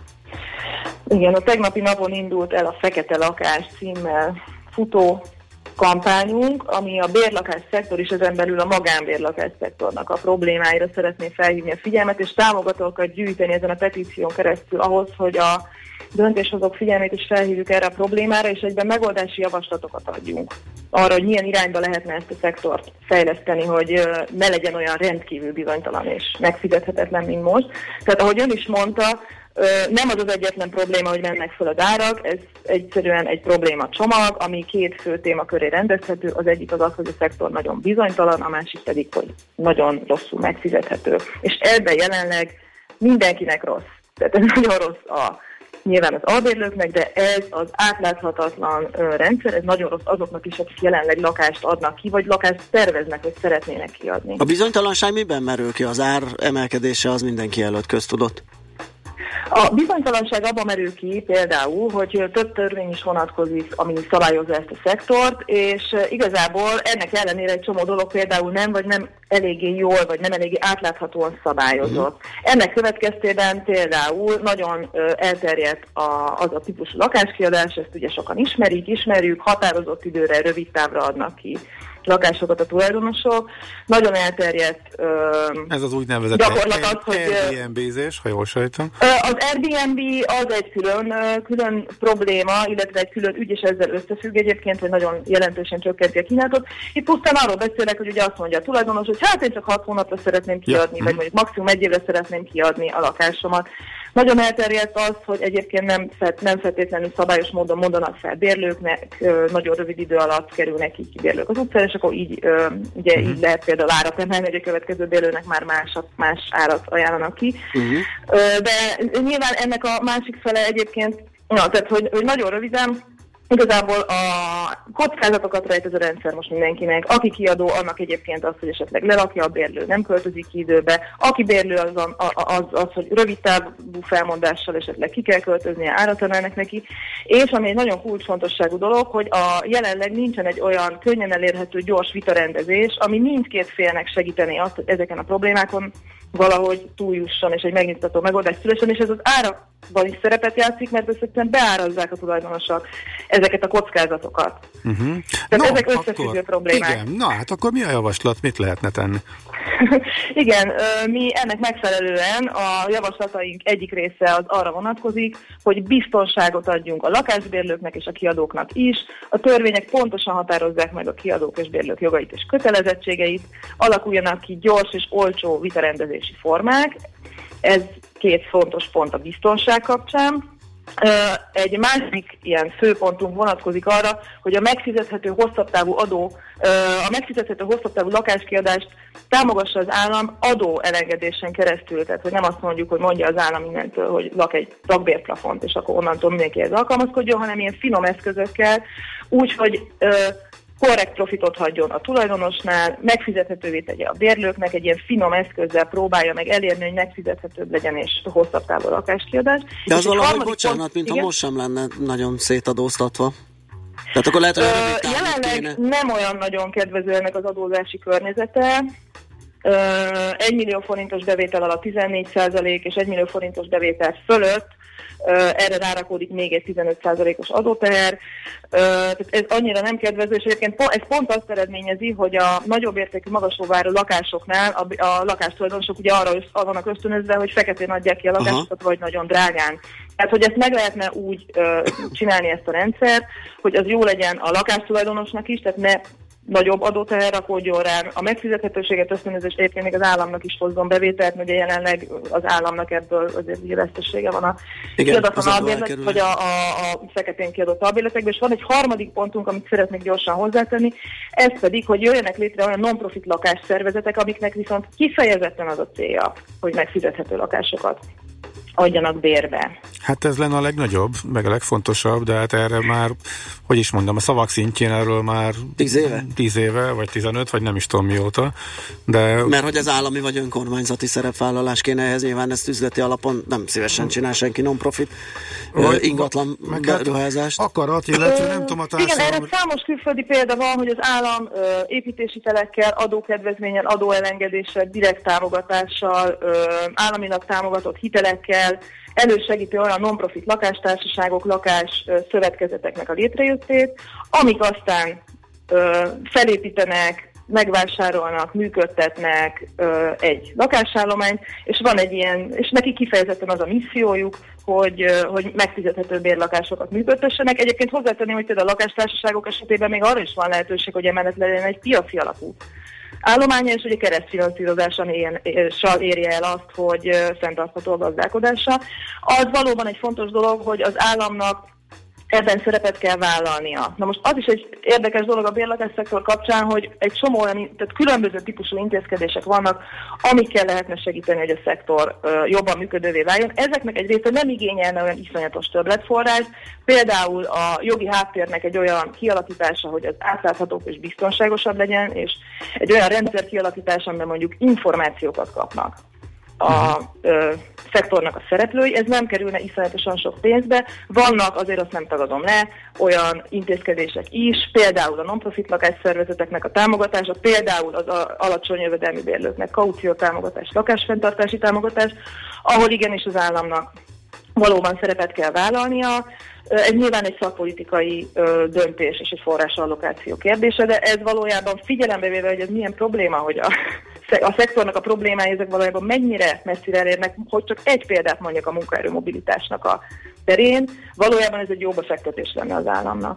Igen, a tegnapi napon indult el a Fekete Lakás címmel futó kampányunk, ami a bérlakás szektor és ezen belül a magánbérlakás szektornak a problémáira szeretné felhívni a figyelmet, és támogatókat gyűjteni ezen a petíción keresztül ahhoz, hogy a döntéshozók figyelmét is felhívjuk erre a problémára, és egyben megoldási javaslatokat adjunk arra, hogy milyen irányba lehetne ezt a szektort fejleszteni, hogy ne legyen olyan rendkívül bizonytalan és megfizethetetlen, mint most. Tehát ahogy ön is mondta, nem az az egyetlen probléma, hogy mennek föl az árak, ez egyszerűen egy probléma csomag, ami két fő téma köré rendezhető. Az egyik az, hogy a szektor nagyon bizonytalan, a másik pedig, hogy nagyon rosszul megfizethető. És ebben jelenleg mindenkinek rossz. Tehát ez nagyon rossz nyilván az albérlőknek, de ez az átláthatatlan rendszer, ez nagyon rossz azoknak is, akik jelenleg lakást adnak ki, vagy lakást terveznek, vagy szeretnének kiadni. A bizonytalanság miben merül ki? Az ár emelkedése az mindenki előtt köztudott. A bizonytalanság abban merül ki például, hogy több törvény is vonatkozik, ami szabályozza ezt a szektort, és igazából ennek ellenére egy csomó dolog például nem eléggé jól, vagy nem eléggé átláthatóan szabályozott. Ennek következtében például nagyon elterjedt az a típusú lakáskiadás, ezt ugye sokan ismerjük, határozott időre, rövid távra adnak ki lakásokat a tulajdonosok. Nagyon elterjedt ez az úgynevezett gyakorlat az, hogy Airbnb-zés, ha jól sejtem. Az Airbnb az egy külön probléma, illetve egy külön ügy, és ezzel összefügg egyébként, hogy nagyon jelentősen csökkenti a kínálatot. Itt pusztán arról beszélek, hogy ugye azt mondja a tulajdonos, hogy hát én csak 6 hónapra szeretném kiadni, vagy mondjuk maximum 1 évre szeretném kiadni a lakásomat. Nagyon elterjedt az, hogy egyébként nem feltétlenül szabályos módon mondanak fel bérlőknek, nagyon rövid idő alatt kerülnek így bérlők az utcára, és akkor így lehet például árat emelni, hogy a következő bérlőnek már más árat ajánlanak ki. De nyilván ennek a másik fele egyébként, tehát hogy nagyon röviden, igazából a kockázatokat rejt ez a rendszer most mindenkinek. Aki kiadó, annak egyébként az, hogy esetleg lerakja a bérlő, nem költözik ki időbe. Aki bérlő, az hogy rövid távú felmondással esetleg ki kell költöznie, árat emelnek neki. És ami egy nagyon kulcsfontosságú dolog, hogy jelenleg nincsen egy olyan könnyen elérhető gyors vitarendezés, ami mindkét félnek segíteni azt, hogy ezeken a problémákon valahogy túljusson, és egy megnyugtató megoldás szülessen, és ez az árakban is szerepet játszik, mert összesen beárazzák a tulajdonosok ezeket a kockázatokat. Tehát ezek összefüggő problémák. Igen, na hát akkor mi a javaslat, mit lehetne tenni? Igen, mi ennek megfelelően a javaslataink egyik része az arra vonatkozik, hogy biztonságot adjunk a lakásbérlőknek és a kiadóknak is. A törvények pontosan határozzák meg a kiadók és bérlők jogait és kötelezettségeit, alakuljanak ki gyors és olcsó vitarendezési formák. Ez két fontos pont a biztonság kapcsán. Egy másik ilyen főpontunk vonatkozik arra, hogy a megfizethető hosszabb távú lakáskiadást támogassa az állam adó elengedésen keresztül. Tehát, hogy nem azt mondjuk, hogy mondja az állam innentől, hogy lak egy lakbérplafont, és akkor onnantól mindenki ez alkalmazkodjon, hanem ilyen finom eszközökkel, úgy, hogy korrekt profitot hagyjon a tulajdonosnál, megfizethetővé tegye a bérlőknek, egy ilyen finom eszközzel próbálja meg elérni, hogy megfizethetőbb legyen és hosszabb távú lakáskiadás. De az valahogy, bocsánat, mintha most sem lenne nagyon szétadóztatva. Tehát akkor lehet, hogy jelenleg nem olyan nagyon kedvező ennek az adózási környezete. 1 millió forintos bevétel alatt 14% és 1 millió forintos bevétel fölött erre rárakódik még egy 15%-os adóteher. Tehát ez annyira nem kedvező, és egyébként ez pont azt eredményezi, hogy a nagyobb értékű, magaslóváró lakásoknál a lakástulajdonosok ugye arra vannak ösztönözve, hogy feketén adják ki a lakásokat, vagy nagyon drágán. Tehát, hogy ezt meg lehetne úgy csinálni ezt a rendszert, hogy az jó legyen a lakástulajdonosnak is, tehát ne nagyobb adóteher rakódjon rá, a megfizethetőséget ösztönözés egyébként még az államnak is hozzon bevételt, mert ugye jelenleg az államnak ebből azért vesztesége van a kiadatlan albérlet, vagy a feketén kiadott albérletekben, és van egy harmadik pontunk, amit szeretnék gyorsan hozzátenni, ez pedig, hogy jöjjenek létre olyan non-profit lakásszervezetek, amiknek viszont kifejezetten az a célja, hogy megfizethető lakásokat adjanak bérbe. Hát ez lenne a legnagyobb, meg a legfontosabb, de hát erre már, hogy is mondom, a szavak szintjén erről már 10 éve, vagy 15, vagy nem is tudom mióta. De... Mert hogy az állami vagy önkormányzati szerepvállalás kéne ehhez, nyilván ezt üzleti alapon nem szívesen csinál senki non-profit ingatlan beruházást. Akarat, illetve nem tudom a társadalom. Igen, erre számos külföldi példa van, hogy az állam építési telekkel, adókedvezménnyel, adóelengedéssel, direkt támogatással, államilag támogatott hitelekkel elősegíti olyan non-profit lakástársaságok, lakásszövetkezeteknek a létrejöttét, amik aztán felépítenek, megvásárolnak, működtetnek egy lakásállományt, és van egy ilyen, és neki kifejezetten az a missziójuk, hogy megfizethető bérlakásokat működtessenek. Egyébként hozzátenném, hogy például a lakástársaságok esetében még arra is van lehetőség, hogy emellett legyen egy piaci alapú állománya, és ugye keresztfinanszírozással érje el azt, hogy fenntartható a gazdálkodása. Az valóban egy fontos dolog, hogy az államnak ebben szerepet kell vállalnia. Na most az is egy érdekes dolog a bérlakásszektor kapcsán, hogy egy csomó olyan, tehát különböző típusú intézkedések vannak, amikkel lehetne segíteni, hogy a szektor jobban működővé váljon. Ezeknek egy része nem igényelne olyan iszonyatos többletforrást, például a jogi háttérnek egy olyan kialakítása, hogy az átláthatóbb és biztonságosabb legyen, és egy olyan rendszer kialakítása, amiben mondjuk információkat kapnak a szektornak a szereplői, ez nem kerülne iszonyatosan sok pénzbe. Vannak, azért azt nem tagadom le, olyan intézkedések is, például a non-profit lakásszervezeteknek a támogatása, például az alacsony jövedelmű bérlőknek kaució támogatás, lakásfenntartási támogatás, ahol igenis az államnak valóban szerepet kell vállalnia. Ez nyilván egy szakpolitikai döntés és egy forrásallokáció kérdése, de ez valójában figyelembe véve, hogy ez milyen probléma, hogy a szektornak a problémái ezek valójában mennyire messzire elérnek, hogy csak egy példát mondjak a munkaerő mobilitásnak a terén, valójában ez egy jó befektetés lenne az államnak.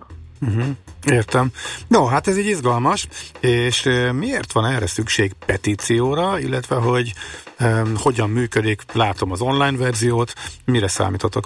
Értem. No, hát ez így izgalmas, és miért van erre szükség petícióra, illetve hogy hogyan működik, látom az online verziót, mire számítotok?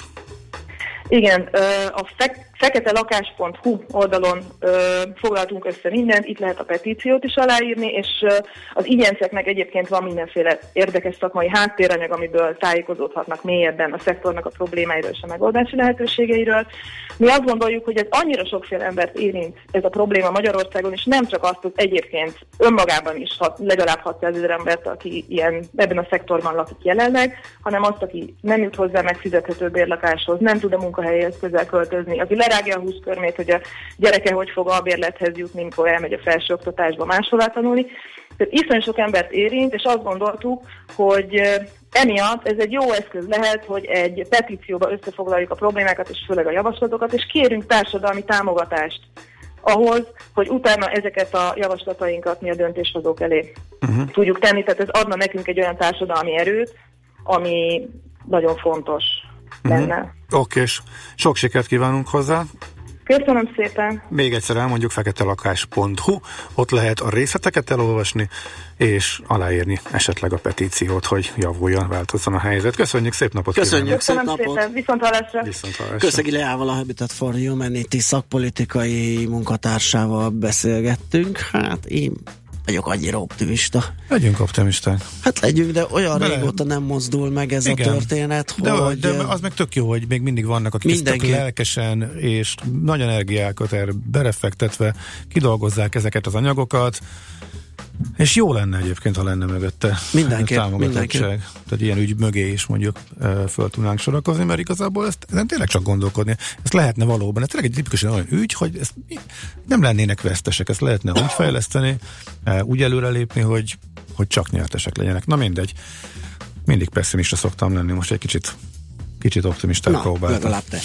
Igen, a feketelakás.hu oldalon foglaltunk össze mindent, itt lehet a petíciót is aláírni, és az igyenceknek egyébként van mindenféle érdekes szakmai háttéranyag, amiből tájékozódhatnak mélyebben a szektornak a problémáiról és a megoldási lehetőségeiről. Mi azt gondoljuk, hogy ez annyira sokféle embert érint ez a probléma Magyarországon, és nem csak azt, hogy egyébként önmagában is legalább 600 000 embert, aki ebben a szektorban lakik jelenleg, hanem azt, aki nem jut hozzá megfizethető bérlakáshoz, nem tud a munkahelyhez közel költözni, aki lerágja a húszkörmét, hogy a gyereke hogy fog albérlethez jutni, mikor elmegy a felsőoktatásba máshová tanulni. Tehát iszonyú sok embert érint, és azt gondoltuk, hogy emiatt ez egy jó eszköz lehet, hogy egy petícióba összefoglaljuk a problémákat, és főleg a javaslatokat, és kérünk társadalmi támogatást ahhoz, hogy utána ezeket a javaslatainkat mi a döntéshozók elé tudjuk tenni. Tehát ez adna nekünk egy olyan társadalmi erőt, ami nagyon fontos lenne. Oké, és sok sikert kívánunk hozzá. Köszönöm szépen. Még egyszer elmondjuk, feketelakás.hu, ott lehet a részleteket elolvasni, és aláírni esetleg a petíciót, hogy javuljon, változzon a helyzet. Köszönjük, szép napot kívánunk. Köszönöm szépen, viszonthallásra. Köszegi Leával, a Habitat for Humanity szakpolitikai munkatársával beszélgettünk. Hát én vagyok annyira optimista. Legyünk optimisták. Hát legyünk, de olyan régóta nem mozdul meg ez a történet, hogy... De az meg tök jó, hogy még mindig vannak, akik ezt lelkesen és nagy energiákat erre berefektetve kidolgozzák ezeket az anyagokat. És jó lenne egyébként, ha lenne mögötte támogatottság. Tehát ilyen ügy mögé is mondjuk föl tudnánk sorakozni, mert igazából ezen tényleg csak gondolkodni. Ezt lehetne valóban, ez tényleg egy tipikusan olyan ügy, hogy ezt nem lennének vesztesek, ezt lehetne úgy fejleszteni, úgy előrelépni, hogy csak nyertesek legyenek. Na mindegy. Mindig pessimista szoktam lenni, most egy kicsit optimistát próbáltam. Legalább te.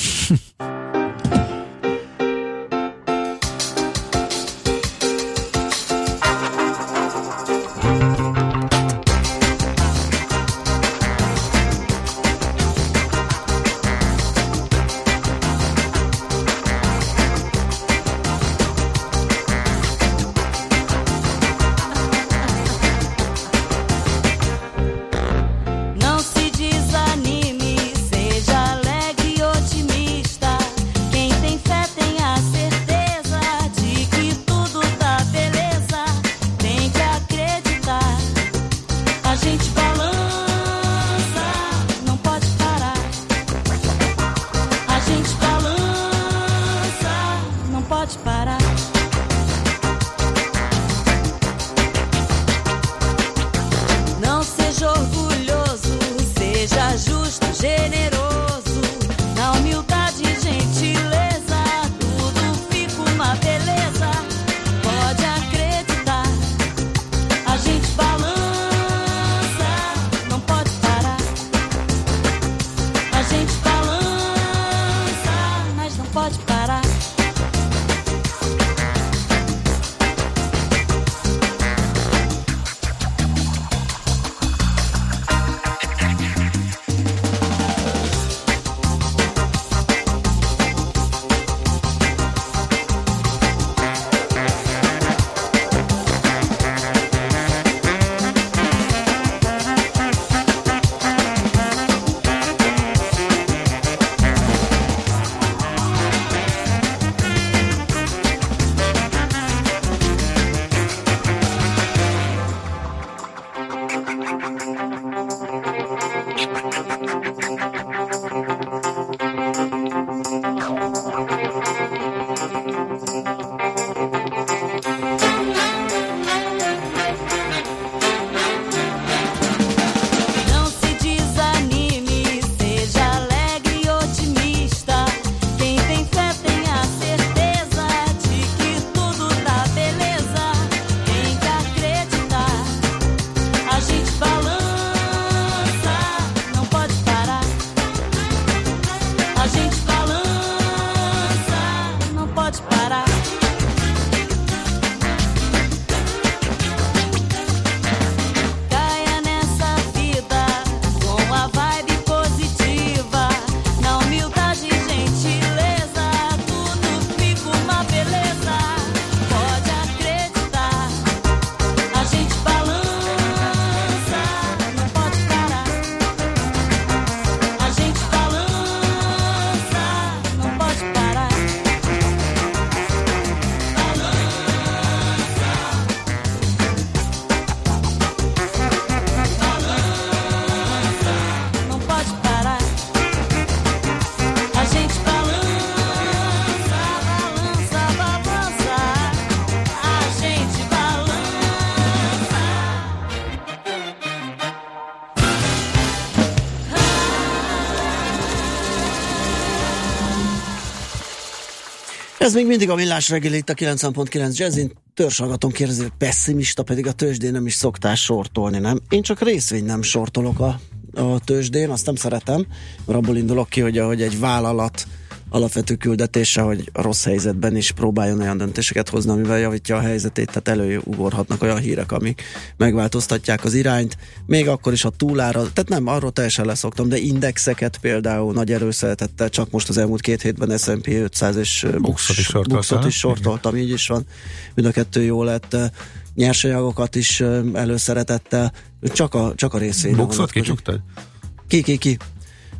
Ez még mindig a Millás reggeli, itt a 90.9 Jazzin. Törzshallgatón kérdezi, hogy pessimista, pedig a tőzsdén nem is szoktál sortolni, nem? Én csak részvény nem sortolok a tőzsdén, azt nem szeretem, mert abból indulok ki, hogy egy vállalat alapvető küldetése, hogy a rossz helyzetben is próbáljon olyan döntéseket hozni, amivel javítja a helyzetét, tehát előugorhatnak olyan hírek, amik megváltoztatják az irányt, még akkor is a túlára, tehát nem, arról teljesen leszoktam, de indexeket például nagy erőszeretettel, csak most az elmúlt 2 hétben S&P 500 és Buxot is sortoltam, így is van, mind a kettő jó lett, nyersanyagokat is előszeretettel, csak a részvény. Buxot kicsuktad? Ki?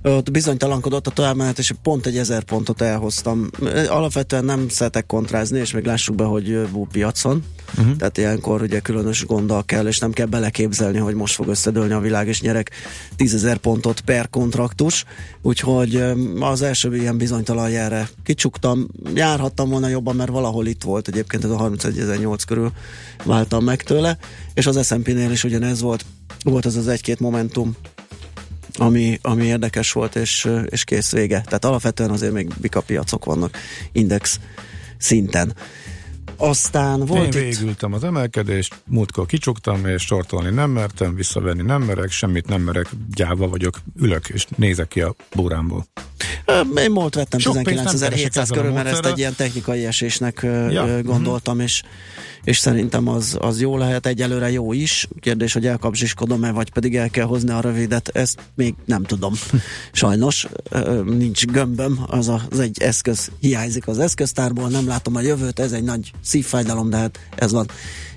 ott bizonytalankodott a továbbmenet, és pont egy 1000 pontot elhoztam. Alapvetően nem szeretek kontrázni, és még lássuk be, hogy piacon. Tehát ilyenkor ugye különös gonddal kell, és nem kell beleképzelni, hogy most fog összedőlni a világ, és nyerek 10.000 pontot per kontraktus. Úgyhogy az első ilyen bizonytalan jelre kicsuktam. Járhattam volna jobban, mert valahol itt volt egyébként, ez a 31.008 körül váltam meg tőle, és az S&P-nél is ugyanez volt az az egy-két momentum, ami érdekes volt, és kész vége. Tehát alapvetően azért még bika piacok vannak index szinten. Aztán volt én végültem az emelkedést, múltkor kicsuktam, és sortolni nem mertem, visszavenni nem merek, semmit nem merek, gyáva vagyok, ülök, és nézek ki a búrámból. Én múlt vettem 19.700 körül, mert ezt egy ilyen technikai esésnek gondoltam, és szerintem az jó lehet, egyelőre jó is. Kérdés, hogy elkapzsiskodom-e, vagy pedig el kell hozni a rövidet, ezt még nem tudom. Sajnos nincs gömböm, az egy eszköz hiányzik az eszköztárból, nem látom a jövőt, ez egy nagy szívfájdalom, de hát ez van.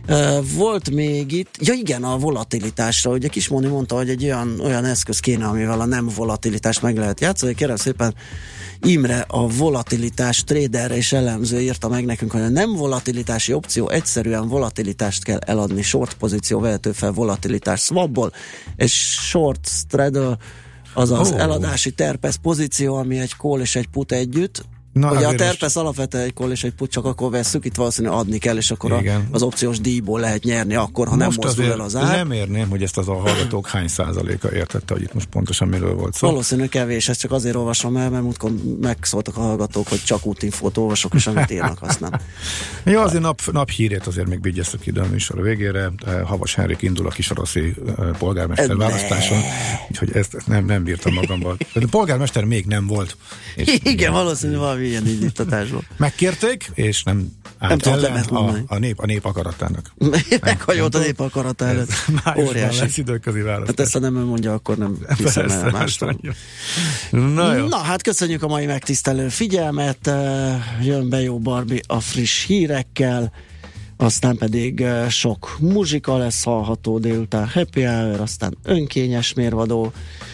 Volt még itt, ja igen, a volatilitásra, ugye Kismóni mondta, hogy egy olyan eszköz kéne, amivel a nem volatilitást meg lehet játszani. Kérem szépen, Imre, a volatilitás trader és elemző írta meg nekünk, hogy a nem volatilitási opció egyszerűen volatilitást kell eladni, short pozíció vehető fel volatilitás swapból, és short straddle, azaz eladási terpesz pozíció, ami egy call és egy put együtt. Ugye a terpesz alapvetően egy call és egy put, csak akkor vesszük, itt valószínűleg adni kell, és akkor az opciós díjból lehet nyerni akkor, ha most nem mozdul el az ár. Nem érném, hogy ezt az a hallgatók hány százaléka értette, hogy itt most pontosan miről volt szó. Valószínűleg kevés, ezt csak azért olvasom el, mert múltkor megszóltak a hallgatók, hogy csak útinfót olvasok, és amit írnak, azt nem. Ja, azért nap hírét azért még vigyeztük ide a műsor végére. Havas Henrik indul a kisaroszi polgármester választáson, úgyhogy ezt nem bírtam magamban. De a polgármester még nem volt. Igen, valószínűleg valami ilyen indítatásból. Megkérték, és nem állt ellen a nép akaratának. Meghajolt a nép akaratának. Óriási. Lesz időközi választás. Hát ezt, ha nem ő mondja, akkor nem hiszem el mástól. Na, hát köszönjük a mai megtisztelő figyelmet. Jön be jó Barbie a friss hírekkel, aztán pedig sok muzsika lesz hallható délután, happy hour, aztán önkényes mérvadó,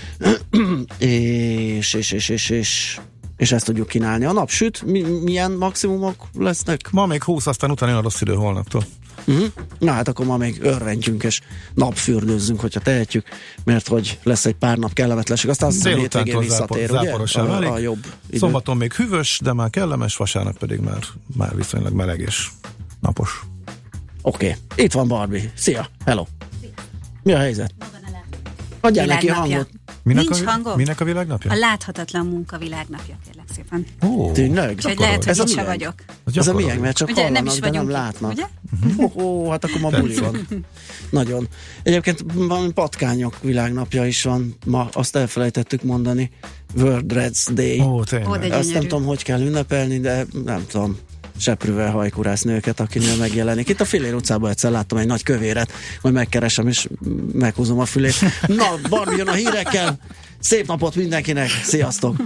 és ezt tudjuk kínálni. A nap süt, milyen maximumok lesznek? Ma még 20, aztán utána jön a rossz idő holnaptól. Na hát akkor ma még örvendjünk és napfürdőzzünk, hogyha tehetjük, mert hogy lesz egy pár nap kellemetlenség. Aztán azt hiszem hétvégén visszatér, ugye? A jobb idő. Szombaton még hűvös, de már kellemes, vasárnap pedig már viszonylag meleg és napos. Oké. Itt van Barbie. Szia, hello. Mi a helyzet? Adjál neki hangot. Nincs hangom? Minek a világnapja? A láthatatlan munka világnapja, kérlek szépen. Tényleg? Úgyhogy lehet, hogy itt se vagyok. Ez a milyen, mert csak ugye, hallanak, nem is de nem itt, látnak. Ugye? Hát akkor ma buli van. Nagyon. Egyébként valami patkányok világnapja is van. Ma azt elfelejtettük mondani. World Reds Day. Azt nem tudom, hogy kell ünnepelni, de nem tudom. Seprűvel hajkurászni őket, akinél megjelenik. Itt a Fillér utcában egyszer láttam egy nagy kövéret, majd megkeresem és meghúzom a fülét. Na, Barbie jön a hírekkel. Szép napot mindenkinek. Sziasztok!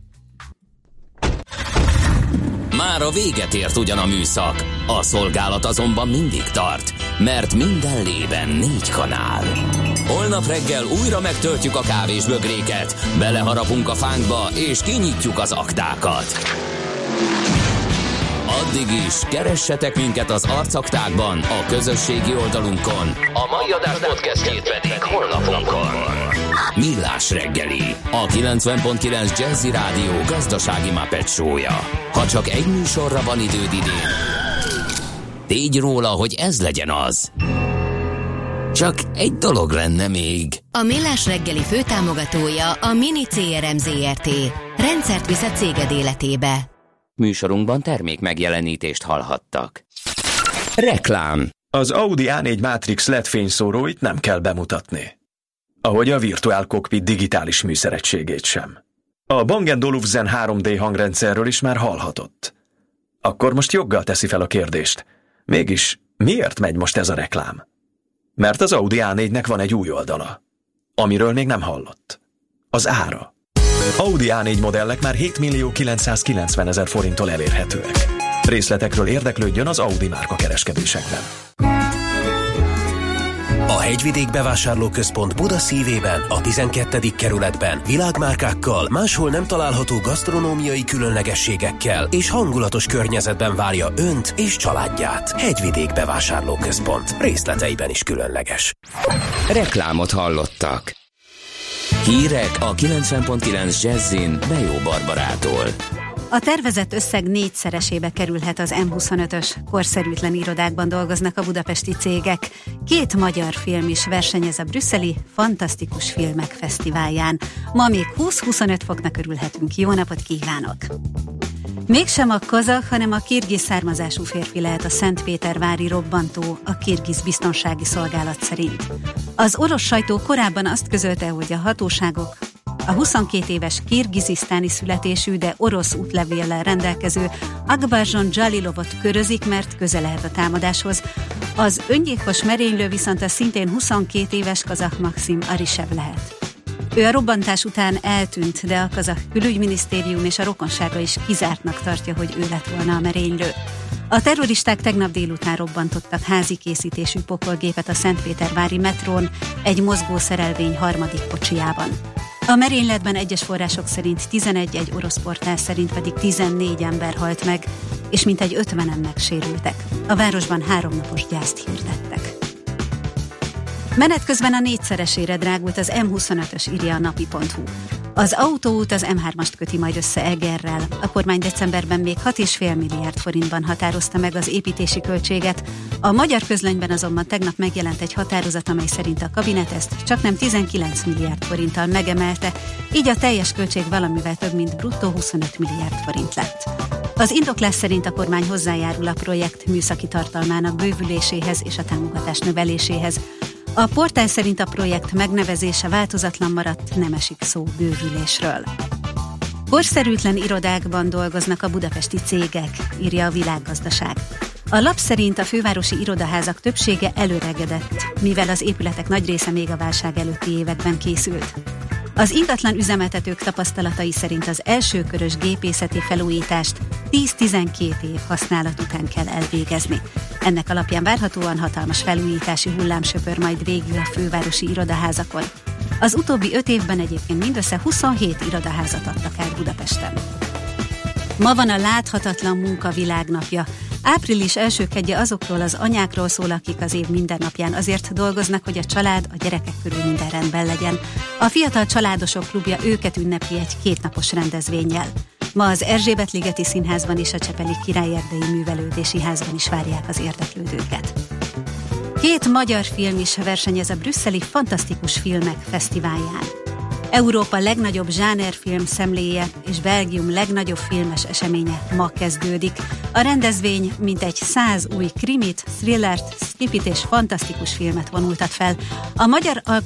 Már a véget ért ugyan a műszak, a szolgálat azonban mindig tart, mert minden lében 4 kanál. Holnap reggel újra megtöltjük a kávésbögréket, beleharapunk a fánkba és kinyitjuk az aktákat. Addig is keressetek minket az arcaktákban, a közösségi oldalunkon, a mai adás podcastjét pedig honlapunkon. Millás reggeli, a 90.9 Jazzy Rádió gazdasági Muppet show-ja. Ha csak egy műsorra van időd idén, tégy róla, hogy ez legyen az. Csak egy dolog lenne még. A Millás reggeli főtámogatója a Mini CRM Zrt. Rendszert visz a céged életébe. Műsorunkban termék megjelenítést hallhattak. Reklám. Az Audi A4 Matrix LED fényszóróit nem kell bemutatni. Ahogy a Virtual Cockpit digitális műszeregységét sem. A Bang & Olufsen 3D hangrendszerről is már hallhatott. Akkor most joggal teszi fel a kérdést. Mégis miért megy most ez a reklám? Mert az Audi A4-nek van egy új oldala, amiről még nem hallott. Az ára. Audi A4 modellek már 7.990.000 forinttól elérhetőek. Részletekről érdeklődjön az Audi márka kereskedésekben. A Hegyvidék Bevásárlóközpont Buda szívében, a 12. kerületben világmárkákkal, máshol nem található gasztronómiai különlegességekkel és hangulatos környezetben várja önt és családját. Hegyvidék Bevásárlóközpont. Részleteiben is különleges. Reklámot hallottak. Hírek a 90.9 Jazzin Bejó Barbarától. A tervezett összeg 4-szeresébe kerülhet az M25-ös. Korszerűtlen irodákban dolgoznak a budapesti cégek. 2 magyar film is versenyez a brüsszeli Fantasztikus Filmek Fesztiválján. Ma még 20-25 foknak örülhetünk. Jó napot kívánok! Mégsem a kazah, hanem a kirgiz származású férfi lehet a szentpétervári robbantó, a kirgiz biztonsági szolgálat szerint. Az orosz sajtó korábban azt közölte, hogy a hatóságok a 22 éves kirgizisztáni születésű, de orosz útlevéllel rendelkező Akbarzson Dzsalilovot körözik, mert köze lehet a támadáshoz. Az öngyilkos merénylő viszont a szintén 22 éves kazah Maxim Arisev lehet. Ő a robbantás után eltűnt, de a kazah külügyminisztérium és a rokonsága is kizártnak tartja, hogy ő lett volna a merénylő. A terroristák tegnap délután robbantottak házi készítésű pokolgépet a szentpétervári metrón, egy mozgó szerelvény harmadik kocsijában. A merényletben egyes források szerint 11, egy orosz portál szerint pedig 14 ember halt meg, és mintegy 50-en megsérültek. A városban 3 napos gyászt hirdettek. Menet közben a 4-szeresére drágult az M25-ös, írja a napi.hu. Az autóút az M3-ast köti majd össze Egerrel. A kormány decemberben még 6,5 milliárd forintban határozta meg az építési költséget. A Magyar Közlönyben azonban tegnap megjelent egy határozat, amely szerint a kabinet ezt csaknem 19 milliárd forinttal megemelte, így a teljes költség valamivel több, mint bruttó 25 milliárd forint lett. Az indoklás szerint a kormány hozzájárul a projekt műszaki tartalmának bővüléséhez és a támogatás növeléséhez. A portál szerint a projekt megnevezése változatlan maradt, nem esik szó bővülésről. Korszerűtlen irodákban dolgoznak a budapesti cégek, írja a Világgazdaság. A lap szerint a fővárosi irodaházak többsége előregedett, mivel az épületek nagy része még a válság előtti években készült. Az ingatlan üzemeltetők tapasztalatai szerint az első körös gépészeti felújítást 10-12 év használat után kell elvégezni. Ennek alapján várhatóan hatalmas felújítási hullám söpör majd végül a fővárosi irodaházakon. Az utóbbi 5 évben egyébként mindössze 27 irodaházat adtak el Budapesten. Ma van a láthatatlan munka világnapja. Április első kedje azokról az anyákról szól, akik az év minden napján azért dolgoznak, hogy a család, a gyerekek körül minden rendben legyen. A Fiatal Családosok Klubja őket ünnepli egy 2 napos rendezvénnyel. Ma az Erzsébet-ligeti Színházban és a Csepeli Király-Erdélyi Művelődési Házban is várják az érdeklődőket. 2 magyar film is versenyez a brüsszeli Fantasztikus Filmek Fesztiválján. Európa legnagyobb zsánerfilm szemléje és Belgium legnagyobb filmes eseménye ma kezdődik. A rendezvény mintegy 100 új krimit, thrillert, skifit és fantasztikus filmet vonultat fel. A magyar